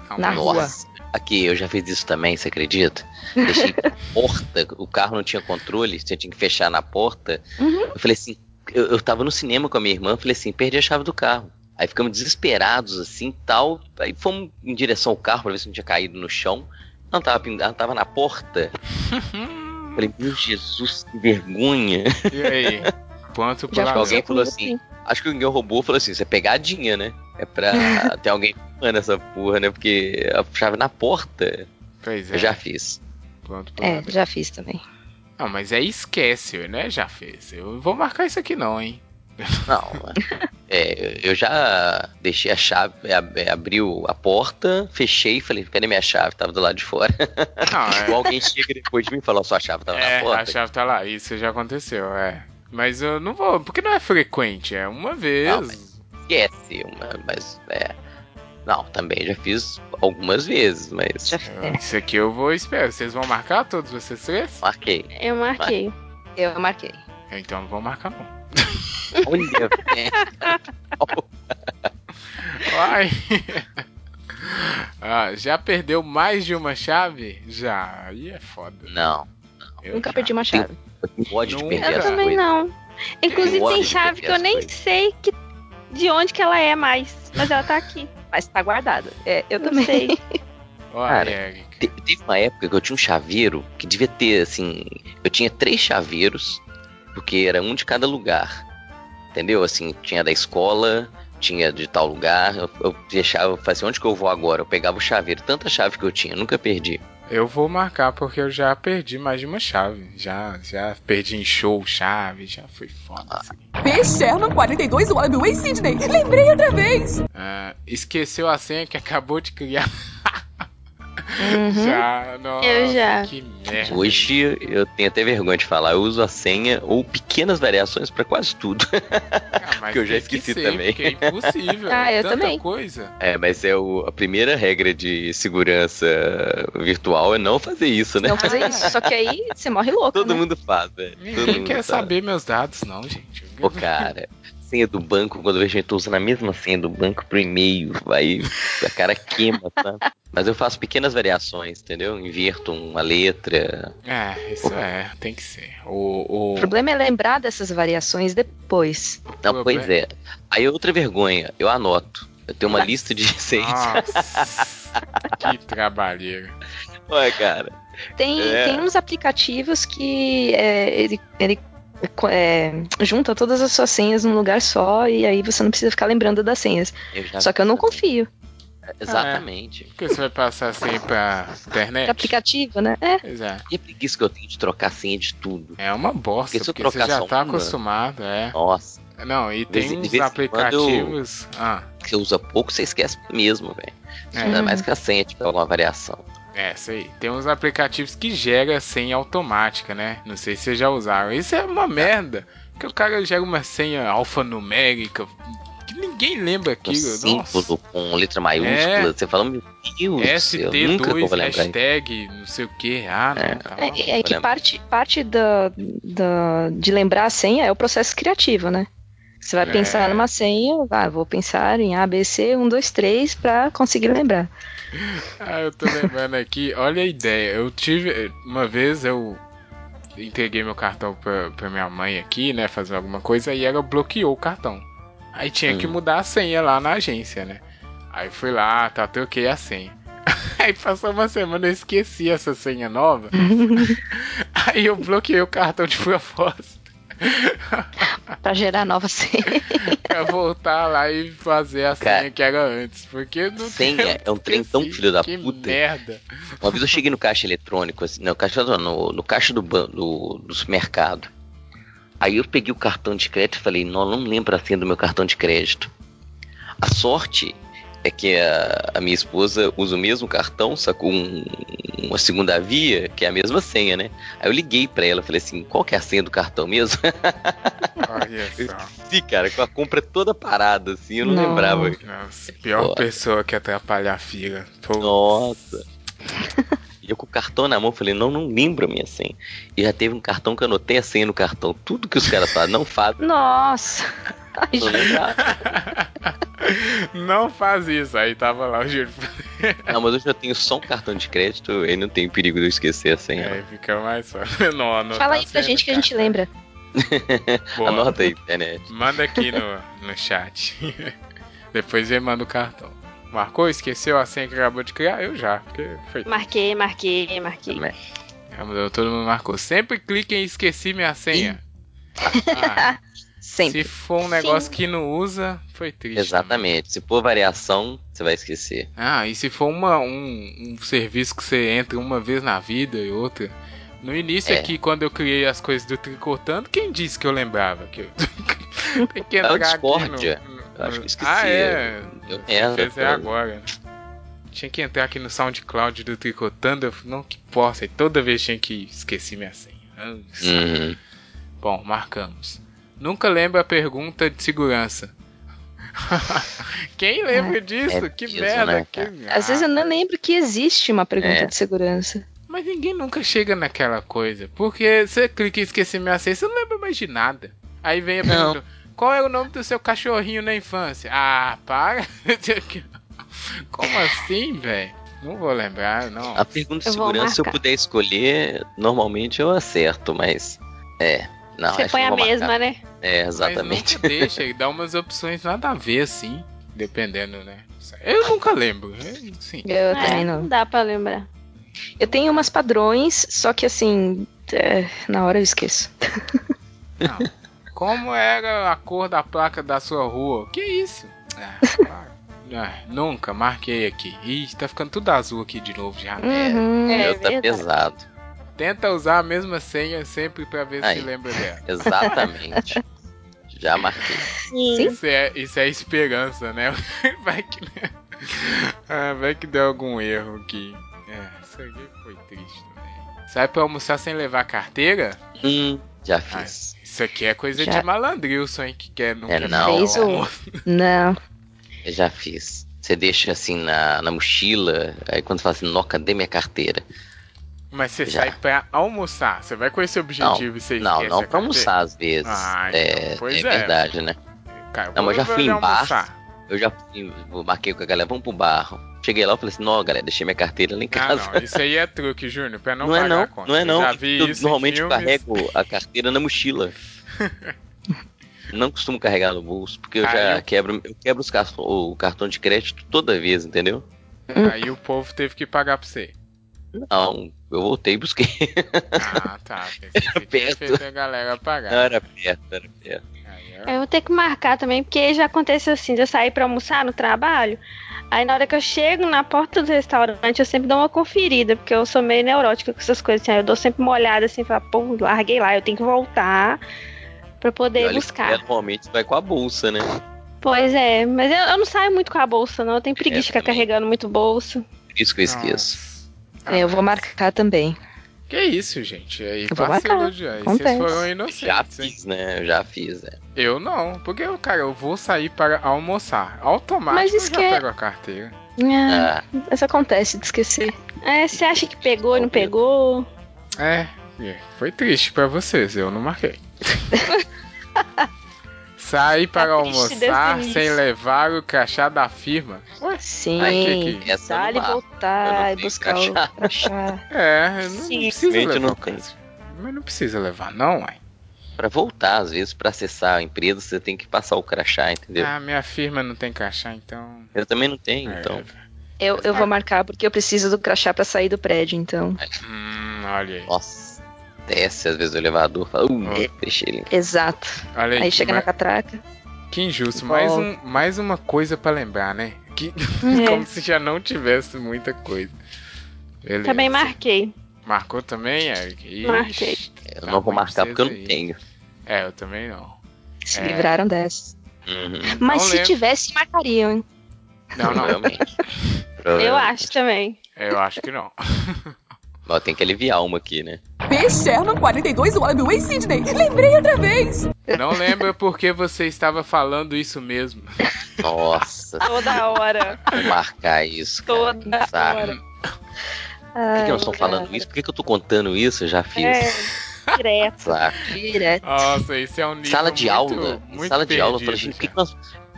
Não, Na mas- rua. Nossa, aqui, eu já fiz isso também, você acredita? Deixei porta, o carro não tinha controle, você tinha que fechar na porta. Uhum. Eu falei assim, eu tava no cinema com a minha irmã, eu falei assim, perdi a chave do carro. Aí ficamos desesperados, assim, tal. Aí fomos em direção ao carro pra ver se não tinha caído no chão. Não, tava na porta. Falei, meu Jesus, que vergonha. E aí? Ponto pro Já ladrão. alguém falou comigo assim, acho que alguém roubou, falou assim, isso é pegadinha, né? É pra ter alguém filmando essa porra, né? Porque a chave na porta, Pois é. eu já fiz. Ponto pro É, ladrão. já fiz também. Não, mas aí esquece, né? Já fez. Eu não vou marcar isso aqui não, hein? Não, eu já deixei a chave, abriu a porta, fechei e falei, cadê minha chave? Tava do lado de fora. Não, Ou alguém chega depois de mim e fala, sua chave tava na a porta. chave tá lá. Isso já aconteceu, é. Mas eu não vou, porque não é frequente, é uma vez. Não, Esquece, mas não, também já fiz algumas vezes, mas Já Isso aqui eu vou esperar. Vocês vão marcar todos vocês três? marquei. Eu marquei. Eu marquei. Então não vou marcar não. Olha, Ai. Já perdeu mais de uma chave? Já. Aí é foda. não, Eu Nunca já. perdi uma chave. eu tenho ódio de Nunca. perder Eu as também coisas. não. Inclusive Eu tem gosto de chave que eu perder as nem coisas. sei de onde que ela é mais. Mas ela tá aqui. Mas tá guardada. É, eu Não também. sei. Olha, Cara, Eric. Teve uma época que eu tinha um chaveiro que devia ter, assim, eu tinha 3 chaveiros, porque era um de cada lugar. Entendeu? Assim, tinha da escola, tinha de tal lugar, eu deixava, eu fazia, onde que eu vou agora? Eu pegava o chaveiro, tanta chave que eu tinha, nunca perdi. Eu vou marcar porque eu já perdi mais de uma chave. Já perdi em show chave, já foi foda. Assim. P. Sherman, 42 Waterbury Way, Sydney. Lembrei outra vez. Esqueceu a senha que acabou de criar. Uhum. Já, nossa, Eu já. que merda. Hoje eu tenho até vergonha de falar, eu uso a senha ou pequenas variações pra quase tudo. Mas que eu já tem esqueci ser, também. porque é impossível. Ah, eu Tanta também. coisa. Mas a primeira regra de segurança virtual é não fazer isso, né? Não fazer isso. Só que aí você morre louco, Todo né? mundo faz, velho. Todo Ninguém mundo quer sabe. saber meus dados, não, gente. Pô, cara, senha do banco, quando eu vejo gente usando a mesma senha do banco pro e-mail, aí a cara queima, sabe? Mas eu faço pequenas variações, entendeu? Inverto uma letra. Isso tem que ser. O problema é lembrar dessas variações depois. Não, pois é. Aí outra vergonha, eu anoto. Eu tenho uma lista de senhas. Nossa, que trabalheira. Olha, cara. Tem uns aplicativos que ele junta todas as suas senhas num lugar só e aí você não precisa ficar lembrando das senhas. Só que eu não confio. Exatamente. Porque você vai passar assim pra internet? Pra aplicativo, né? Pois é. E a preguiça que eu tenho de trocar senha de tudo. É uma bosta, Porque se eu porque você trocar já só tá uma- acostumado, Nossa, Não, e tem de uns vez em aplicativos. que você usa pouco, você esquece mesmo, velho. É. Ainda mais que a senha tiver alguma variação. Isso aí. Tem uns aplicativos que gera senha automática, né? Não sei se vocês já usaram. Isso é uma merda. Porque o cara gera uma senha alfanumérica que ninguém lembra Com aquilo. símbolo, Nossa. com letra maiúscula, você fala, meu Deus do céu, nunca que eu ST2, vou lembrar isso. hashtag, não sei o que. Não, tá bom. É que parte de lembrar a senha é o processo criativo, né? Você vai pensar numa senha, vou pensar em A, B, C, 1, 2, 3 pra conseguir lembrar. Eu tô lembrando aqui, olha a ideia. Eu tive. Uma vez eu entreguei meu cartão pra minha mãe aqui, né? Fazer alguma coisa, e ela bloqueou o cartão. Aí tinha que mudar a senha lá na agência, né? Aí fui lá, troquei a senha. Aí passou uma semana, eu esqueci essa senha nova. Aí eu bloqueei o cartão de propósito. Pra gerar nova senha. Pra voltar lá e fazer a senha que era antes. Porque não senha é um trem tão filho da que puta. merda. Uma vez eu cheguei no caixa eletrônico, assim, no caixa do supermercado. Aí eu peguei o cartão de crédito e falei, não lembro a senha do meu cartão de crédito. A sorte é que a minha esposa usa o mesmo cartão, sacou uma segunda via, que é a mesma senha, né? Aí eu liguei pra ela, falei assim, qual que é a senha do cartão mesmo? Olha Eu só. esqueci, cara, com a compra toda parada, assim, eu não lembrava. Nossa, pior pessoa que atrapalhar a fila. Pô. Nossa. E eu com o cartão na mão falei, não lembro a minha senha. E já teve um cartão que eu anotei a senha no cartão. Tudo que os caras fazem, não fazem. Nossa! Não lembrava. Não faz isso. Aí tava lá o Júlio. Não, mas hoje eu tenho só um cartão de crédito e não tem perigo de eu esquecer a senha. Aí fica mais fácil. Não, Fala aí pra gente que a gente lembra. Boa. Anota aí, internet. Manda aqui no chat. Depois ele manda o cartão. Marcou? Esqueceu a senha que acabou de criar? Eu já, porque foi. Marquei. Todo mundo marcou. Sempre clique em esqueci minha senha. Sempre. Se for um negócio que não usa, foi triste. Exatamente. Também. Se for variação, você vai esquecer. E se for um serviço que você entra uma vez na vida e outra. No início aqui, quando eu criei as coisas do Tricotando, quem disse que eu lembrava? Que eu tem que entrar o Discord. aqui Eu acho que eu esqueci. Eu merda. fez agora. Tinha que entrar aqui no SoundCloud do Tricotando. Eu falei, não, que possa. E toda vez tinha que esquecer minha senha. Bom, marcamos. Nunca lembro a pergunta de segurança. Quem lembra disso? Que mesmo, merda. né, Às vezes eu não lembro que existe uma pergunta de segurança. Mas ninguém nunca chega naquela coisa. Porque você clica em esquecer minha senha, você não lembra mais de nada. Aí vem a pergunta: qual é o nome do seu cachorrinho na infância? Para. Como assim, velho? Não vou lembrar, não. A pergunta de segurança, se eu puder escolher, normalmente eu acerto, mas... Não, você põe a mesma, né? Exatamente. Mas nunca deixa, e dá umas opções nada a ver, assim. Dependendo, né? Eu nunca lembro. Sim. Eu também não. Não dá pra lembrar. Eu tenho umas padrões, só que assim, na hora eu esqueço. Não. Como era a cor da placa da sua rua? Que isso? Nunca, marquei aqui. Ih, tá ficando tudo azul aqui de novo já. Meu tá pesado. Tenta usar a mesma senha sempre pra ver se lembra dela. Exatamente. Já marquei. Sim. Isso é esperança, né? Vai que deu algum erro aqui. Isso aqui foi triste também. Sai pra almoçar sem levar carteira? Já fiz. Isso aqui é coisa de malandrilson, hein? Que quer não quer não. pagar o almoço. Não. Eu já fiz. Você deixa assim na mochila, aí quando você fala assim, cadê minha carteira? Mas você sai pra almoçar, você vai com esse objetivo e você esquece não pra almoçar às vezes. Então, é verdade, né? Cara, não, mas já fui em bar. Eu já marquei com a galera, vamos pro bar. Cheguei lá e falei assim, não, galera, deixei minha carteira lá em casa. Não, isso aí é truque, Júnior, pra não pagar a conta. Não é não, já vi eu isso normalmente em carrego a carteira na mochila. Não costumo carregar no bolso, porque eu já quebro o cartão de crédito toda vez, entendeu? Aí o povo teve que pagar pra você. Não, eu voltei e busquei. Tá. Pensei que tinha feito a galera pagar. Não, era perto. Eu vou ter que marcar também, porque já aconteceu assim, de eu sair pra almoçar no trabalho. Aí na hora que eu chego na porta do restaurante, eu sempre dou uma conferida, porque eu sou meio neurótica com essas coisas, assim, aí eu dou sempre uma olhada assim, falo, pô, larguei lá, eu tenho que voltar pra poder buscar. Normalmente vai com a bolsa, né? Pois é, mas eu não saio muito com a bolsa, não, eu tenho preguiça de ficar carregando muito bolso. Por isso que eu esqueço. Eu vou marcar também. Que isso, gente? Aí eu vou marcar. Vocês foram inocentes. Já fiz, né? Eu já fiz, Eu não, porque, cara, eu vou sair para almoçar. Automático mas eu já pego a carteira. Isso acontece de esquecer. Você acha que pegou e não pegou? Foi triste pra vocês, eu não marquei. Sair para almoçar sem levar o crachá da firma. Ué? Sim, vale voltar e buscar o crachá. Não precisa levar. Mas não precisa levar, não, ué. Pra voltar, às vezes, pra acessar a empresa, você tem que passar o crachá, entendeu? Minha firma não tem crachá, então... Eu também não tenho, então... Eu vou marcar porque eu preciso do crachá pra sair do prédio, então... Olha aí. Nossa, desce às vezes o elevador, fala, deixei ele. Exato. Olha aí chega na catraca. Que injusto, mais uma coisa pra lembrar, né? Como se já não tivesse muita coisa. Beleza. Também marquei. Marcou também, Eric? Marquei. Eu não vou marcar porque eu não tenho. Eu também não. Se livraram dessa. Uhum. Mas se tivesse, marcariam, hein? Não. Realmente. Eu acho também. Eu acho que não. Mas tem que aliviar uma aqui, né? P. Sherman 42 Waterbury Sydney. Lembrei outra vez. Não lembra porque você estava falando isso mesmo. Nossa. Toda hora. Vou marcar isso, cara. Toda hora. Por que nós estamos falando isso? Por que eu tô contando isso? Eu já fiz. Direto. Direto. Nossa, isso é um nível Sala de aula. muito Sala de aula, eu falei, perdido, gente, por que nós...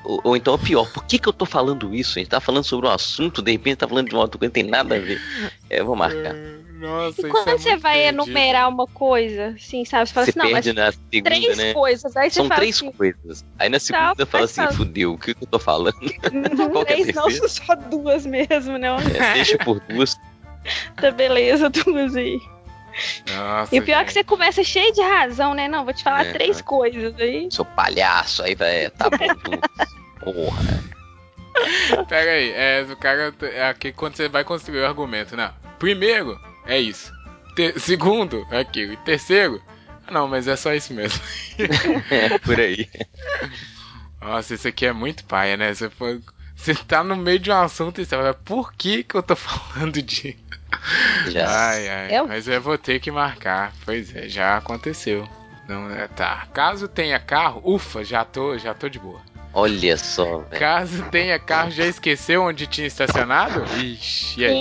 Ou então é pior, por que eu tô falando isso? A gente tá falando sobre um assunto, de repente tá falando de uma outra coisa que não tem nada a ver. Eu vou marcar. Nossa, E quando você vai enumerar uma coisa, assim, sabe? Você fala Você assim, não, mas perde na segunda, 3 né? coisas. Aí você São fala 3 assim, coisas. Aí na segunda Tá, fala mas assim, fala. fudeu, o que eu tô falando? Qual que é a 3 não, terceira? são só 2 mesmo, né? Deixa por 2. Tá beleza, 2 aí. Nossa, E o pior é que gente. você começa cheio de razão, né? Não, vou te falar É, 3 coisas aí. Seu palhaço, aí vai, tá bom, 2. Porra. Pega aí, o cara é aqui quando você vai construir o argumento, né? Primeiro, é isso. Segundo, é aquilo. E terceiro, não, mas é só isso mesmo. É, por aí. Nossa, isso aqui é muito paia, né? Você tá no meio de um assunto e você fala, por que eu tô falando disso? Já. Ai, mas eu vou ter que marcar. Pois é, já aconteceu. Não, tá. Caso tenha carro, ufa, já tô de boa. Olha só, velho. Caso tenha carro, já esqueceu onde tinha estacionado? Ixi, e aí?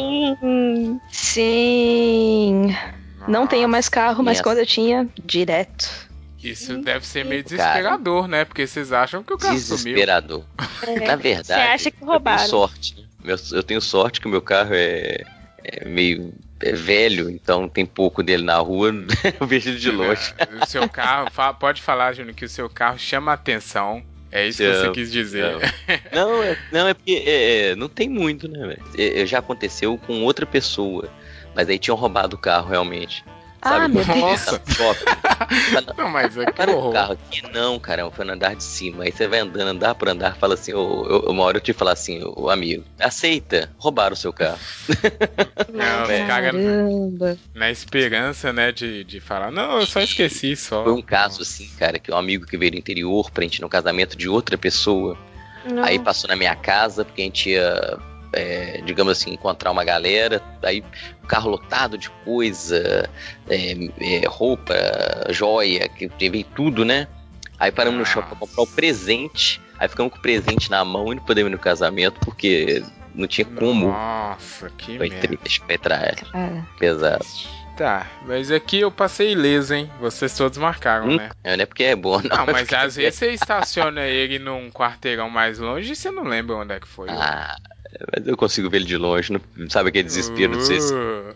Sim. Não tenho mais carro, mas Yes. quando eu tinha, direto. Isso deve ser meio desesperador, né? Porque vocês acham que o carro sumiu. Desesperador. Na verdade, Você acha que roubaram? eu tenho sorte. Eu tenho sorte que o meu carro é meio velho, então tem pouco dele na rua, eu vejo ele de longe. O seu carro, pode falar, Júnior, que o seu carro chama atenção. É isso que você quis dizer. Não, é porque não tem muito, né, velho? Já aconteceu com outra pessoa, mas aí tinham roubado o carro realmente. Sabe? Ah, meu Deus. Nossa. Não, mas é que Para o horror. carro aqui, não, cara, foi no andar de cima. Aí você vai andando, andar por andar, fala assim, uma hora eu te falar assim, o amigo, aceita, roubaram o seu carro. Não, os caras Caramba. na esperança, né, de falar, não, eu só esqueci só. Foi um caso assim, cara, que um amigo que veio do interior pra gente ir no casamento de outra pessoa, aí passou na minha casa, porque a gente ia, digamos assim, encontrar uma galera, aí o carro lotado de coisa, roupa, joia, que veio tudo, né? Aí paramos no shopping pra comprar o presente, aí ficamos com o presente na mão e não podemos ir no casamento, porque não tinha como. Nossa, que Foi merda. triste, foi trágico, Cara. pesado. Tá, mas aqui eu passei ileso, hein? Vocês todos marcaram, né? Não é porque é bom, não. Não, é mas porque às vezes você estaciona ele num quarteirão mais longe e você não lembra onde é que foi. Mas eu consigo ver ele de longe, não sabe aquele desespero de vocês.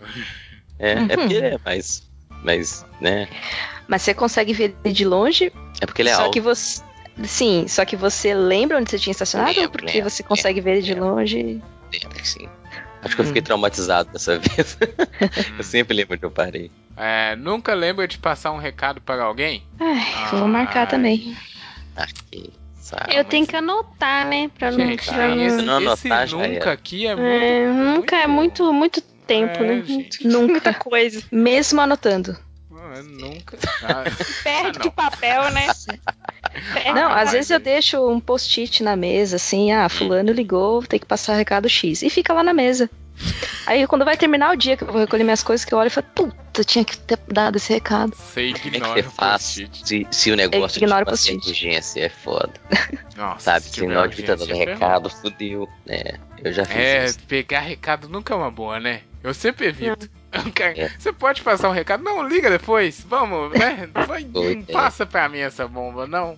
É porque mas, né? Mas você consegue ver ele de longe? É porque ele é só alto. que você. Sim, só que você lembra onde você tinha estacionado? Ou porque você consegue ver ele de longe? Lembro que sim. Acho que eu fiquei traumatizado dessa vez. Eu sempre lembro onde eu parei. Nunca lembra de passar um recado para alguém? Ai, vou marcar também. Aqui, sabe? Eu tenho que anotar, né? Pra Gente, Se não anotar, esse já nunca era. aqui é nunca é muito tempo, né? Gente. Muita coisa. Mesmo anotando. Nunca. Perde o papel, né? Não, às vezes eu deixo um post-it na mesa, assim, fulano ligou, tem que passar o recado X. E fica lá na mesa. Aí quando vai terminar o dia que eu vou recolher minhas coisas, que eu olho e falo, puta, tinha que ter dado esse recado. Você Como é que ignora você o faz post-it. se o negócio de Ignora o assim, post-it. urgência é foda? Nossa, Sabe, se não devia ter dado recado, fudeu. Eu já fiz isso. Pegar recado nunca é uma boa, né? Eu sempre evito. Você pode passar um recado? Não, liga depois. Vamos, né? Não passa pra mim essa bomba, não.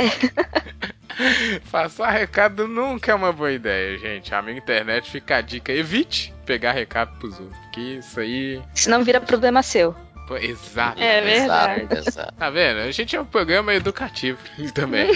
Passar recado nunca é uma boa ideia, gente. Amigo internet, fica a dica. Evite pegar recado pros outros. Porque isso aí... Senão vira problema seu. Exato. É verdade. Exato. Tá vendo? A gente é um programa educativo também.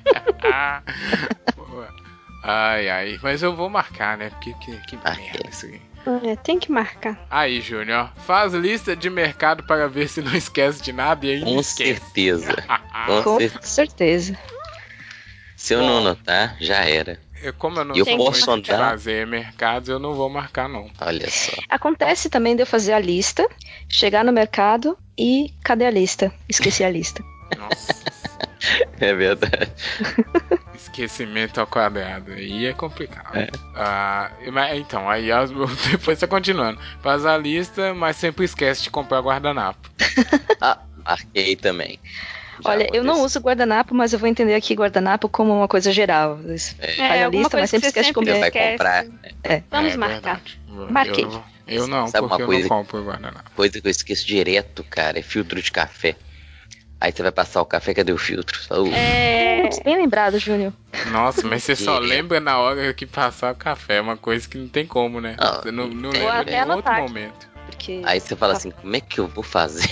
Ai, mas eu vou marcar, né? Porque que merda isso aí. Tem que marcar. Aí, Júnior, faz lista de mercado para ver se não esquece de nada e ainda Com esquece. certeza. Com certeza. Se eu não anotar, já era. Como eu não eu sou posso muito de andar. fazer mercados, eu não vou marcar, não. Olha só. Acontece também de eu fazer a lista, chegar no mercado e cadê a lista? Esqueci a lista. Nossa. É verdade. Esquecimento ao quadrado. Aí é complicado. Então, aí depois tá continuando. Faz a lista, mas sempre esquece de comprar guardanapo. Marquei também. Olha, eu não uso guardanapo, mas eu vou entender aqui guardanapo como uma coisa geral. Faz a lista, mas sempre esquece de comer. Você vai comprar. Vamos marcar. Marquei. Eu não, Sabe porque uma eu não compro guardanapo. Coisa que eu esqueço direto, cara, é filtro de café. Aí você vai passar o café, cadê o filtro? Bem lembrado, Júnior. Nossa, mas você só Direto. lembra na hora que passar o café. É uma coisa que não tem como, né? Não, Você não tem. lembra até em outro anotar aqui. momento. Porque Aí você fala assim, como é que eu vou fazer?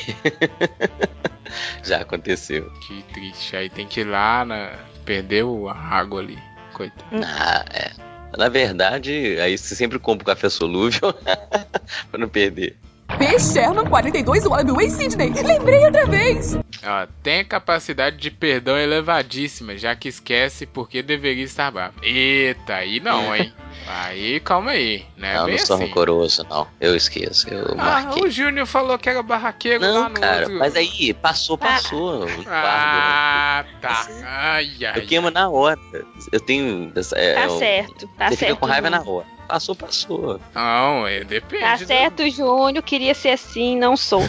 Já aconteceu. Que triste. Aí tem que ir lá, perdeu a água ali. Coitado. Ah, é. Na verdade, aí você sempre compra o café solúvel pra não perder. P. Sherman, 42 Waterbury Way, Sydney. Lembrei outra vez. Ó, tem capacidade de perdão elevadíssima, já que esquece porque deveria estar bravo. Eita, aí não, hein? Aí, calma aí. Não é Não, bem não sou assim. rancoroso, não. Eu esqueço, eu marquei. O Júnior falou que era barraqueiro lá Não, no cara, outro. mas aí passou. Eu não guardo, Ah, tá. Assim, Ai, eu ai. queimo na hora. Eu tenho. Tá certo, tá Você certo. fica com raiva Júnior. na hora. Passou. Não, depende. Tá certo, Júnior. Queria ser assim, não sou.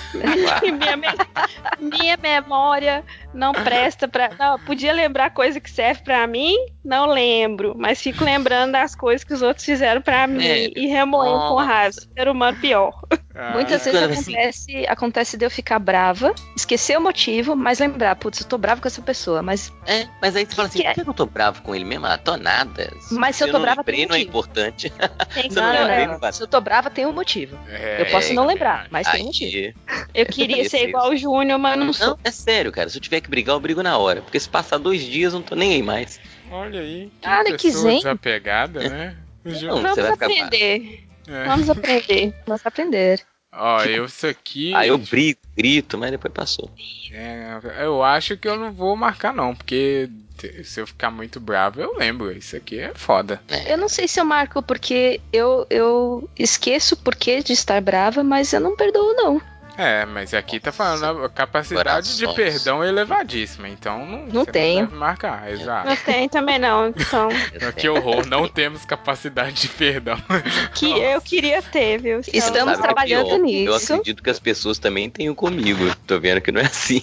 Minha memória não presta pra. Não, podia lembrar coisa que serve pra mim, não lembro. Mas fico lembrando das coisas que os outros fizeram pra mim Sério? e remoendo com raiva. Ser humano pior. muitas Ah, vezes acontece de eu ficar brava, esquecer o motivo, mas lembrar, putz, eu tô bravo com essa pessoa, mas Mas aí você fala assim, Que é? por que eu tô bravo com ele mesmo? Ah, tô nada. Mas se eu tô não brava, lembrei, tem não é motivo. importante. Tem Você não lembrei, não. não vale. Se eu tô brava, tem um motivo. é, Eu posso não também lembrar, acho. mas tem um motivo. Aí, Eu queria ser igual o Júnior, mas não sou. não, é sério, cara. Se eu tiver que brigar, eu brigo na hora. Porque se passar 2 dias, eu não tô nem aí mais. Olha aí, que Olha que pessoa zen. desapegada, né? O Júnior. Não, Vamos você vai ficar aprender. É. Vamos aprender. Vamos aprender. Ó, isso aqui. Aí eu brigo, grito, mas depois passou. Eu acho que eu não vou marcar, não, porque se eu ficar muito bravo, eu lembro. Isso aqui é foda. Eu não sei se eu marco porque eu esqueço o porquê de estar brava, mas eu não perdoo, não. Mas aqui tá falando a capacidade de Corações. perdão é elevadíssima, então Não você tenho. não deve marcar, exato. Não tem também não. Então, Que horror, não temos capacidade de perdão. que eu queria ter, viu? Estamos Sabe o que é trabalhando pior? nisso. Eu acredito que as pessoas também tenham comigo. Tô vendo que não é assim.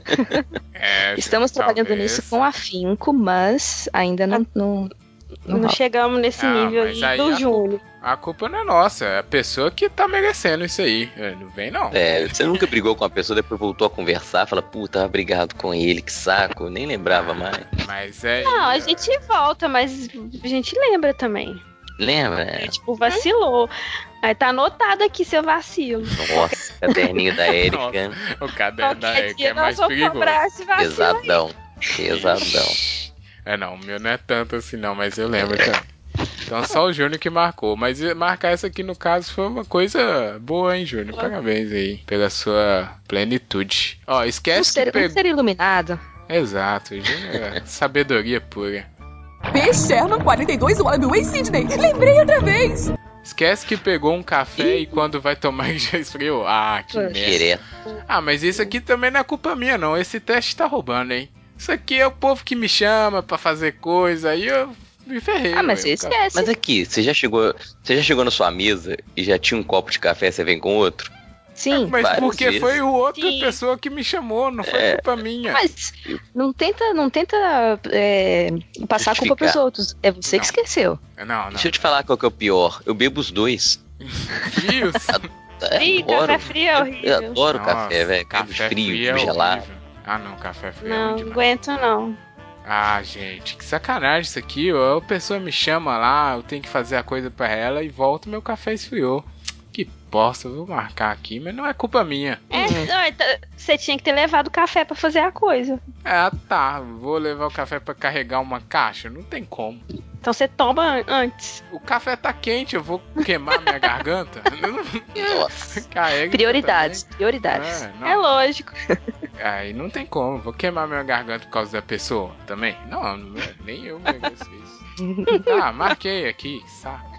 Estamos trabalhando talvez. nisso com afinco, mas ainda não rola. chegamos nesse nível mas aí do Júnior. A culpa não é nossa, é a pessoa que tá merecendo isso aí. Não vem, não. Você nunca brigou com uma pessoa, depois voltou a conversar, fala, puta, tava brigado com ele, que saco, nem lembrava mais. Mas Não, a gente volta, mas a gente lembra também. Lembra? Tipo, vacilou. Aí tá anotado aqui seu vacilo. Nossa, caderninho da Erika. O caderno da Qualquer Erika dia é mais nós vamos perigoso. cobrar esse vacilo aí. Pesadão. Não, o meu não é tanto assim não, mas eu lembro também. Então só o Júnior que marcou. Mas marcar essa aqui no caso foi uma coisa boa, hein, Júnior? Parabéns aí pela sua plenitude. Ó, esquece que ser iluminado. Exato, Júnior é sabedoria pura. P. Sherman, 42 Waterbury Way, Sydney. Lembrei outra vez. Esquece que pegou um café e quando vai tomar já esfriou. Ah, que merda. Direto. Mas isso aqui também não é culpa minha, não. Esse teste tá roubando, hein? Isso aqui é o povo que me chama pra fazer coisa, aí eu me ferrei. Mas você esquece. Mas aqui, você já chegou na sua mesa e já tinha um copo de café, você vem com outro? Sim. Mas várias porque vezes. foi outra Sim. pessoa que me chamou, não foi culpa minha. Mas não tenta passar a culpa pros Justificar. outros. É você que Não. esqueceu. Não. Deixa eu te falar qual que é o pior. Eu bebo os dois. Frios? Ih, café frio é horrível. Eu adoro Nossa, café, velho. Café Frio, é gelado. horrível. Não, café frio é Não, ruim demais. aguento não. Gente, que sacanagem isso aqui. Ó. A pessoa me chama lá, eu tenho que fazer a coisa pra ela e volto, meu café esfriou. Que bosta, eu vou marcar aqui, mas não é culpa minha. Você tinha que ter levado o café pra fazer a coisa. Tá. Vou levar o café pra carregar uma caixa? Não tem como. Então você toma antes. O café tá quente, eu vou queimar minha garganta? Nossa. Carrega Prioridades. também. Prioridades. Não. É lógico. Aí não tem como. Vou queimar minha garganta por causa da pessoa também? Não, nem eu mereço isso. Marquei aqui, saco.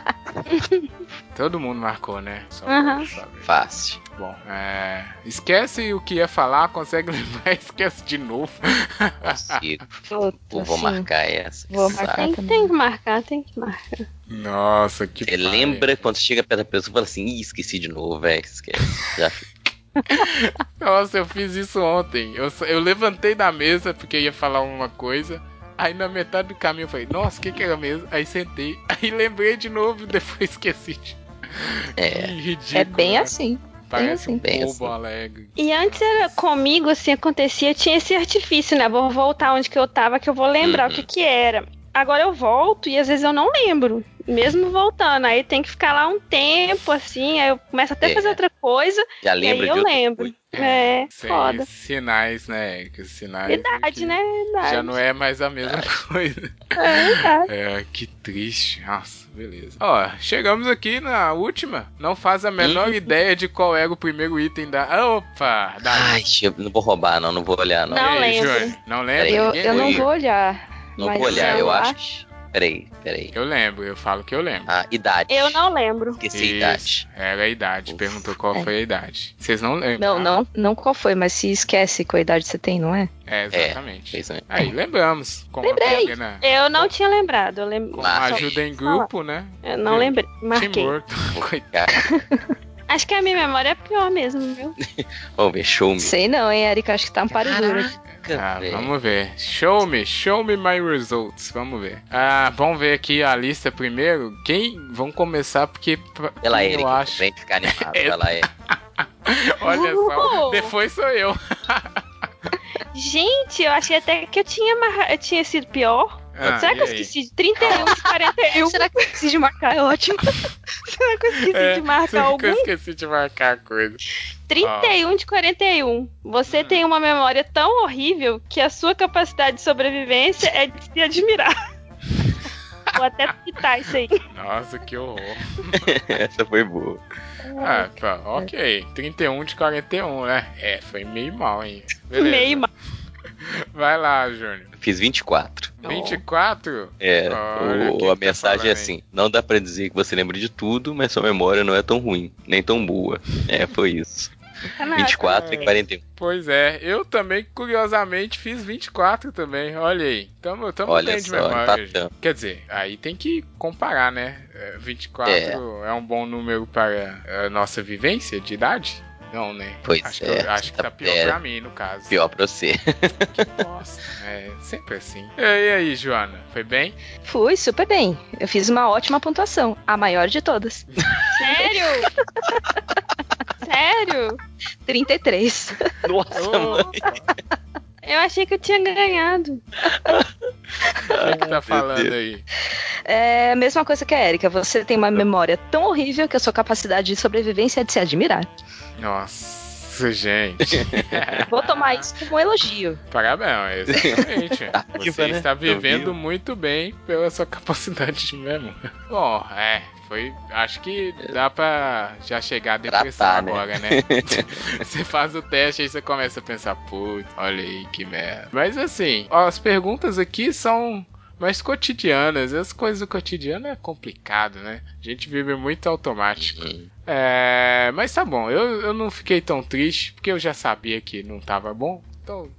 Todo mundo marcou, né? Só pra Aham. saber. Fácil. Bom, esquece o que ia falar, consegue lembrar, esquece de novo. Consigo. Puta, Eu vou sim. marcar essa. que Vou saco. marcar. Tem que marcar, tem que marcar. Nossa, que Você lembra quando você chega perto da pessoa e fala assim, ih, esqueci de novo, velho. Esquece. Já fica. Nossa, eu fiz isso ontem. Eu levantei da mesa porque ia falar uma coisa. Aí na metade do caminho eu falei, nossa, o que era mesmo? Aí sentei, aí lembrei de novo e depois esqueci. Que ridículo. É bem né? assim. Parece um Bem bobo assim. alegre. E antes era comigo, assim, acontecia, tinha esse artifício, né? Vou voltar onde que eu tava, que eu vou lembrar o que era. Agora eu volto e às vezes eu não lembro, mesmo voltando. Aí tem que ficar lá um tempo, assim, aí eu começo até a fazer outra coisa, Já e lembra aí eu de outra lembro. coisa. É, Sei, foda. sinais, né, Erika? Sinais Idade, que né? Idade. já não é mais a mesma coisa. É, idade. É, que triste. Nossa, beleza. Ó, chegamos aqui na última. Não faz a menor ideia de qual era o primeiro item da... Opa! Ai, eu não vou roubar, não vou olhar, não. E Não aí, lembro. Júnior? Não lembra? Peraí, Ninguém Eu não lembra? vou olhar. Não mas vou olhar, eu eu acho. Peraí. Eu lembro, eu falo que eu lembro. Ah, idade. Eu não lembro. Esqueci a idade. Era a idade. Perguntou qual foi a idade. Vocês não lembram? Não qual foi, mas se esquece qual idade você tem, não é? É, exatamente. É, isso mesmo. Aí, lembramos. Como Lembrei. Né? Eu não tinha lembrado. Eu lembro. Com Mas- ajuda em grupo, né? Eu não lembrei. Marquei. Teamwork. Coitado. Acho que a minha memória é pior mesmo, viu? Vamos ver, show me. Sei não, hein, Erika? Acho que tá um páreo duro aqui. Velho. Vamos ver. Show me my results. Vamos ver. Vamos ver aqui a lista primeiro. Vamos começar porque Ela quem é, eu Erika, acho. pra gente ficar animado. Ela é. Olha só, depois sou eu. Gente, eu achei até que eu tinha sido pior. Será que eu esqueci de 31 de 41? Será que eu esqueci de marcar? É ótimo. Será que eu esqueci de marcar algum? Eu esqueci de marcar a coisa. 31 de 41. Você tem uma memória tão horrível que a sua capacidade de sobrevivência é de se admirar. Vou até citar isso aí. Nossa, que horror. Essa foi boa. Tá, ok. 31 de 41, né? Foi meio mal, hein? Beleza. Meio mal. Vai lá, Júnior. Eu fiz 24. 24? Olha, a mensagem é assim: não dá pra dizer que você lembra de tudo, mas sua memória não é tão ruim, nem tão boa. Foi isso. 24 e 41. Pois é, eu também, curiosamente, fiz 24 também. Olha aí. Tamo Olha bem de só, memória. empatamos. Quer dizer, aí tem que comparar, né? 24 é um bom número para a nossa vivência de idade? Não, né? Pois acho que tá pior pra mim, no caso. Pior pra você. Que bosta. Sempre assim. E aí, Joana? Foi bem? Fui super bem. Eu fiz uma ótima pontuação. A maior de todas. Sério? Sério? 33. Nossa, mãe. Eu achei que eu tinha ganhado. O que tá falando aí? É a mesma coisa que a Erika. Você tem uma memória tão horrível que a sua capacidade de sobrevivência é de se admirar. Nossa, gente. Vou tomar isso como um elogio. Parabéns, exatamente. Você viva, né? está Tô vivendo vivo. muito bem pela sua capacidade de memória. Bom, acho que dá pra já chegar à depressão Tratar, né? agora, né? Você faz o teste, aí você começa a pensar, putz, olha aí que merda. Mas assim, as perguntas aqui são mais cotidianas. As coisas do cotidiano é complicado, né? A gente vive muito automático. Mas tá bom, eu não fiquei tão triste, porque eu já sabia que não tava bom. Então...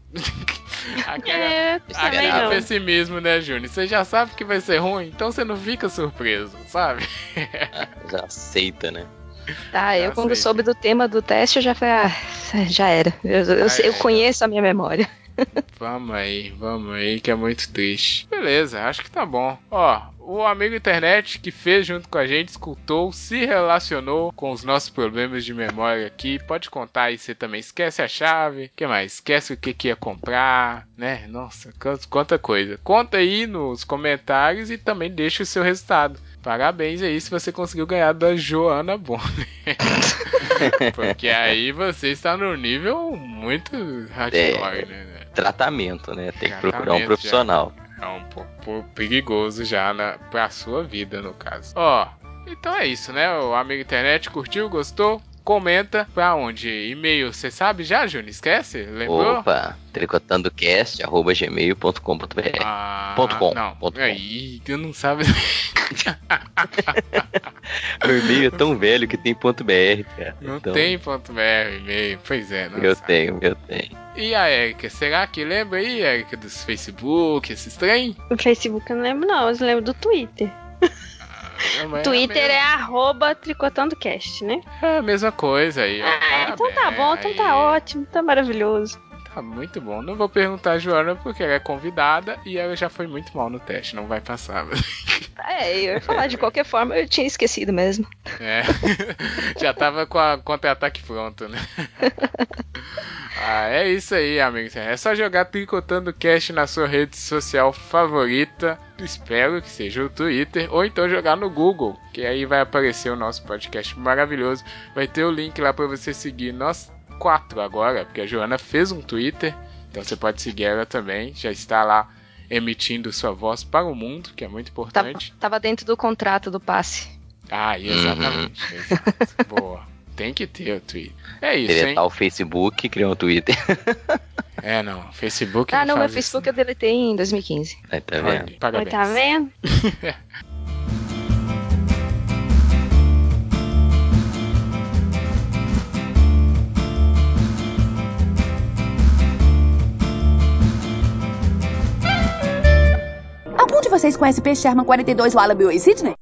Também aquele não. pessimismo, né, Júnior? Você já sabe que vai ser ruim, então você não fica surpreso, sabe? Já aceita, né? Tá, eu Já quando sei. soube do tema do teste, eu já falei, já era. Eu conheço a minha memória. Vamos aí, que é muito triste. Beleza, acho que tá bom. Ó, o amigo internet que fez junto com a gente, escutou, se relacionou com os nossos problemas de memória aqui. Pode contar aí, você também esquece a chave. O que mais? Esquece o que ia comprar, né? Nossa, quanta coisa. Conta aí nos comentários e também deixa o seu resultado. Parabéns aí se você conseguiu ganhar da Joana Bonner. Porque aí você está no nível muito hardcore, né? Tratamento, né? Tem que procurar um Tratamento, profissional. É um pouco perigoso já pra sua vida, no caso. Ó, então é isso, né? O amigo internet curtiu, gostou? Comenta pra onde? E-mail, você sabe já, Júnior? Esquece? Lembrou? Opa, tricotandocast@gmail.com.br. Não. Aí, tu não sabe. Meu e-mail é tão velho que tem .br, cara. Não Então, tem ponto .br e-mail. Pois é, não Eu sabe. tenho. E a Erika? Será que lembra aí, Erika, dos Facebook, esses trem? No Facebook eu não lembro, não. Eu lembro do Twitter. Twitter é @tricotandocast, né? É a mesma coisa aí, ó. Então tá bom, então tá ótimo, tá maravilhoso. Tá muito bom. Não vou perguntar a Joana porque ela é convidada e ela já foi muito mal no teste, não vai passar. Eu ia falar, de qualquer forma, eu tinha esquecido mesmo. É, já tava com a contra-ataque pronto, né? É isso aí, amigos. É só jogar Tricotando Cast na sua rede social favorita. Espero que seja o Twitter. Ou então jogar no Google, que aí vai aparecer o nosso podcast maravilhoso. Vai ter o link lá pra você seguir nós 4 agora, porque a Joana fez um Twitter. Então você pode seguir ela também. Já está lá emitindo sua voz para o mundo, que é muito importante. Tava dentro do contrato do passe. Exatamente. Exato. Boa. Tem que ter o Twitter. É isso, Deletar hein? o Facebook e criar um Twitter. Não. Facebook não, meu faz Facebook isso, eu deletei em 2015. Aí, tá vendo? Olha, parabéns. Tá vendo? Algum de vocês conhece P. Sherman 42 Wallaby Way, Sydney?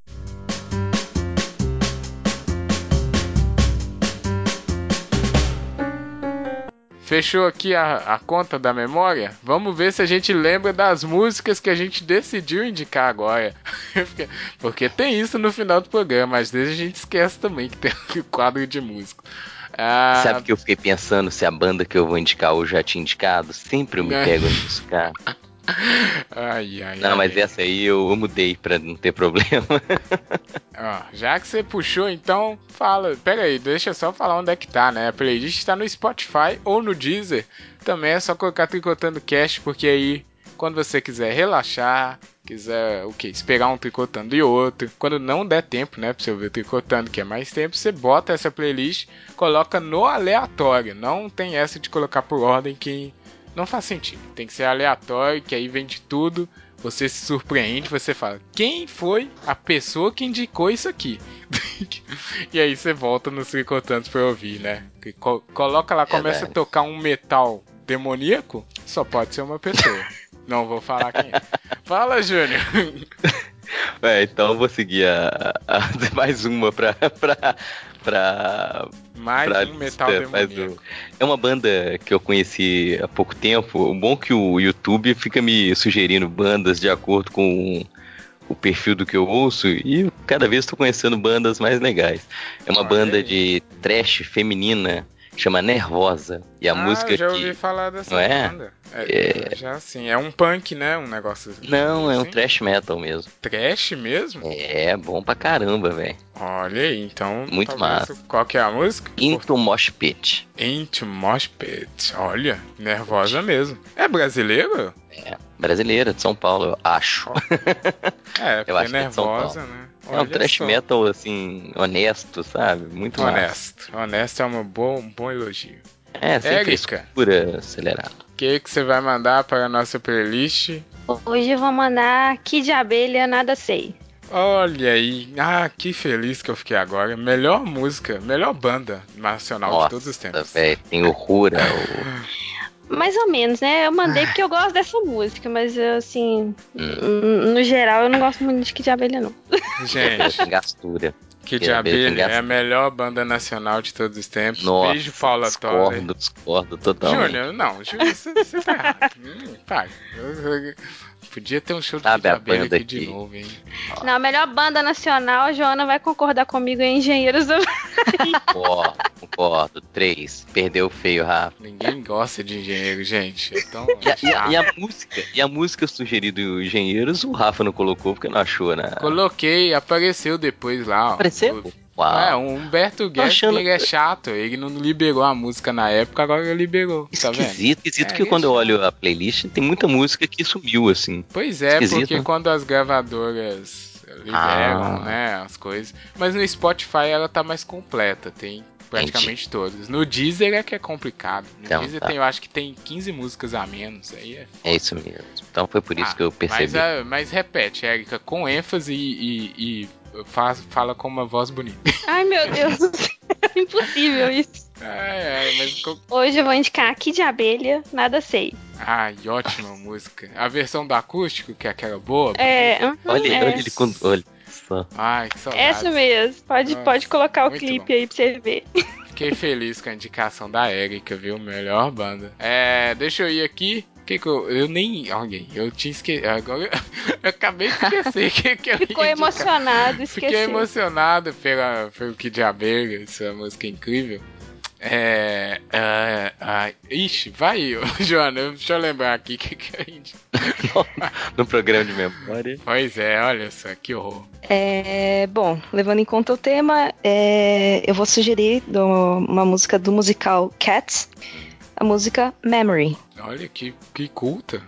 Fechou aqui a conta da memória? Vamos ver se a gente lembra das músicas que a gente decidiu indicar agora. Porque tem isso no final do programa, às vezes a gente esquece também que tem o quadro de música. Sabe que eu fiquei pensando se a banda que eu vou indicar hoje já tinha indicado? Sempre eu me pego nisso, cara. Não, mas essa aí eu mudei pra não ter problema. Já que você puxou, então fala. Pera aí, deixa eu só falar onde é que tá, né? A playlist tá no Spotify ou no Deezer. Também é só colocar Tricotando Cast, porque aí quando você quiser relaxar, quiser esperar um Tricotando e outro, quando não der tempo, né, pra você ouvir o Tricotando, que é mais tempo, você bota essa playlist, coloca no aleatório. Não tem essa de colocar por ordem que não faz sentido. Tem que ser aleatório, que aí vem de tudo. Você se surpreende, você fala, quem foi a pessoa que indicou isso aqui? E aí você volta nos Tricotantes pra ouvir, né? Coloca lá, começa a tocar um metal demoníaco, só pode ser uma pessoa. Não vou falar quem é. Fala, Júnior. Então eu vou seguir mais uma pra um metal demoníaco. É uma banda que eu conheci há pouco tempo. O bom é que o YouTube fica me sugerindo bandas de acordo com o perfil do que eu ouço, e cada vez estou conhecendo bandas mais legais. É uma banda de thrash feminina, chama Nervosa. E a música já ouvi falar dessa banda. Já assim, é um punk, né? Um negócio assim. Não, é um thrash metal mesmo. Thrash mesmo? É, bom pra caramba, velho. Olha aí, então. Muito massa. Qual que é a música? Into Mosh Pit. Into Mosh Pit. Olha, Nervosa mesmo. É brasileiro? É, brasileira, de São Paulo, eu acho. Eu acho Nervosa, né? É um thrash metal, assim, honesto, sabe? Muito honesto. Honesto é um bom elogio. Sem frescura, acelerado. O que você vai mandar para a nossa playlist? Hoje eu vou mandar Kid de Abelha, Nada Sei. Olha aí, que feliz que eu fiquei agora. Melhor música, melhor banda nacional de todos os tempos. Tem o Rura, Mais ou menos, né? Eu mandei porque eu gosto dessa música, mas assim, no geral eu não gosto muito de Kid de Abelha, não. Gente, tem gastura. Kid de Abelha é a melhor banda nacional de todos os tempos. Nossa, beijo, Paula Toller. Discordo totalmente. Júnior, você tá errado. Pai, podia ter um show de Kid de Abelha aqui de novo, hein? Não, a melhor banda nacional, a Joana vai concordar comigo, é Engenheiros do Concordo. 3. Perdeu feio, Rafa. Ninguém gosta de Engenheiro, gente. Então, e a música sugerida do Engenheiros, o Rafa não colocou porque não achou, né? Coloquei, apareceu depois lá. Apareceu? Uau. O Humberto Guest é chato. Ele não liberou a música na época, agora ele liberou. Tá vendo? Esquisito que quando eu olho a playlist, tem muita música que sumiu, assim. Pois é, porque quando as gravadoras liberam, né, as coisas. Mas no Spotify ela tá mais completa, tem praticamente todas. No Deezer é que é complicado. No Deezer eu acho que tem 15 músicas a menos. Aí é isso mesmo. Então foi por isso que eu percebi. Mas repete, Érica, com ênfase e fala com uma voz bonita. Ai, meu Deus do céu. É impossível isso. Mas... Hoje eu vou indicar Kid de Abelha, Nada Sei. Ótima música. A versão do acústico, que é aquela boa. Olha ele com... Olha só. Que saudade. Essa mesmo. Pode colocar o clipe aí pra você ver. Fiquei feliz com a indicação da Érica, viu? Melhor banda. Deixa eu ir aqui. que eu nem... Olha, eu tinha esquecido. Agora eu acabei de esquecer que eu Ficou ia indicar. emocionado, esqueceu. Fiquei emocionado pelo Kid de Abelha, essa música incrível. Ixi, vai, Joana, deixa eu lembrar aqui que a gente... No programa de memória. Pois é, olha só, que horror. Bom, levando em conta o tema, eu vou sugerir uma música do musical Cats, a música Memory. Olha que culta.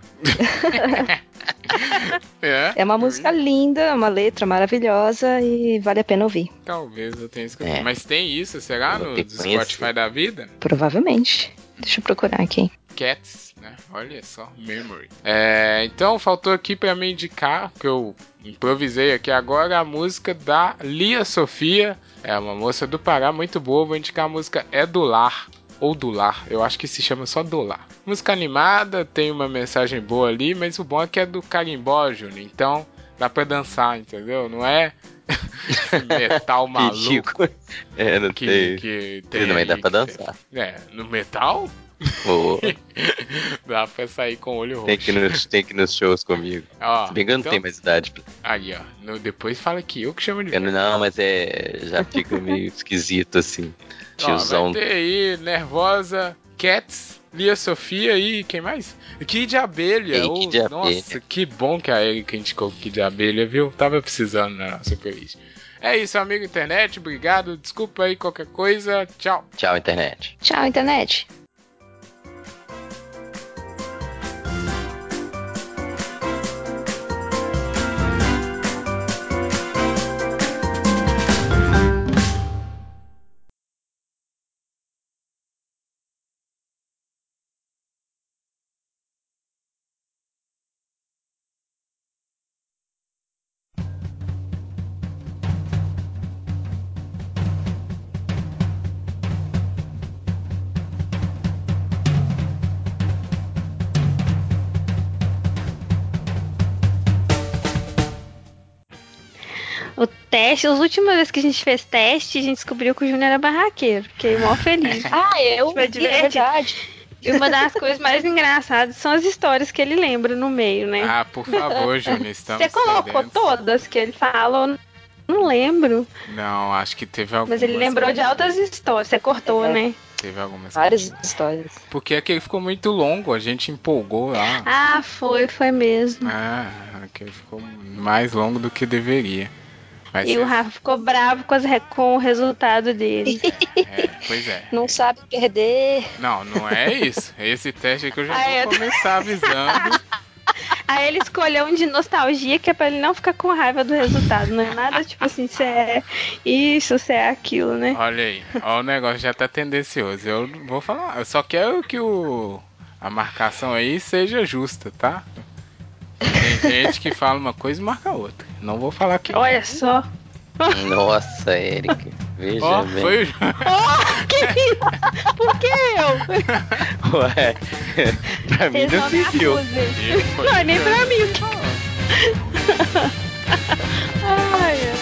É uma música linda, uma letra maravilhosa e vale a pena ouvir. Talvez eu tenha esquecido. Mas tem isso, será? No Spotify da vida? Provavelmente. Deixa eu procurar aqui. Cats, né? Olha só, Memory. Então, faltou aqui pra me indicar, que eu improvisei aqui agora, a música da Lia Sofia. É uma moça do Pará, muito boa. Vou indicar a música É do Lar. Ou do Lar, eu acho que se chama só do Lar. Música animada, tem uma mensagem boa ali, mas o bom é que é do carimbó, Júnior. Então, dá pra dançar, entendeu? Não é metal maluco. Não tem. Que Também dá pra dançar. No metal? Oh. Dá pra sair com o olho roxo. Tem que ir nos shows comigo. Ó, se bem que eu não tenho mais idade. Aí, ó. Depois fala que eu que chamo de velho. Não, mas já fica meio esquisito assim. Tiozão. Vai ter aí Nervosa, Cats, Lia Sofia e quem mais? Kid de Abelha. Kid de Abelha. Nossa, que bom que a Erika indicou Kid de Abelha, viu? Tava precisando na nossa playlist. É isso, amigo internet. Obrigado. Desculpa aí qualquer coisa. Tchau. Tchau, internet. Tchau, internet. O teste, as últimas vezes que a gente fez teste, a gente descobriu que o Júnior era barraqueiro. Fiquei mó feliz. Foi é verdade. E uma das coisas mais engraçadas são as histórias que ele lembra no meio, né? Ah, por favor, Júnior, estamos Você colocou sedentos. todas que ele falou? Não lembro. Não, acho que teve algumas. Mas ele lembrou de altas histórias. Você cortou, né? Teve algumas. Várias histórias. Porque aquele ficou muito longo, a gente empolgou lá. Ah, foi mesmo. Aquele ficou mais longo do que deveria. Mas E o Rafa ficou bravo com o resultado dele. Pois é. Não sabe perder. Não é isso. Esse teste aí que eu já vou começar avisando. Aí ele escolheu um de nostalgia, que é pra ele não ficar com raiva do resultado. Não é nada tipo assim, se é isso, se é aquilo, né? Olha aí, o negócio já tá tendencioso. Eu vou falar, eu só quero que a marcação aí seja justa, tá? Tem gente que fala uma coisa e marca outra. Não vou falar que. Olha só. Nossa, Erika. Veja bem. Foi o Por que eu? Ué, pra mim não se viu. Não, nem pra mim. Ai,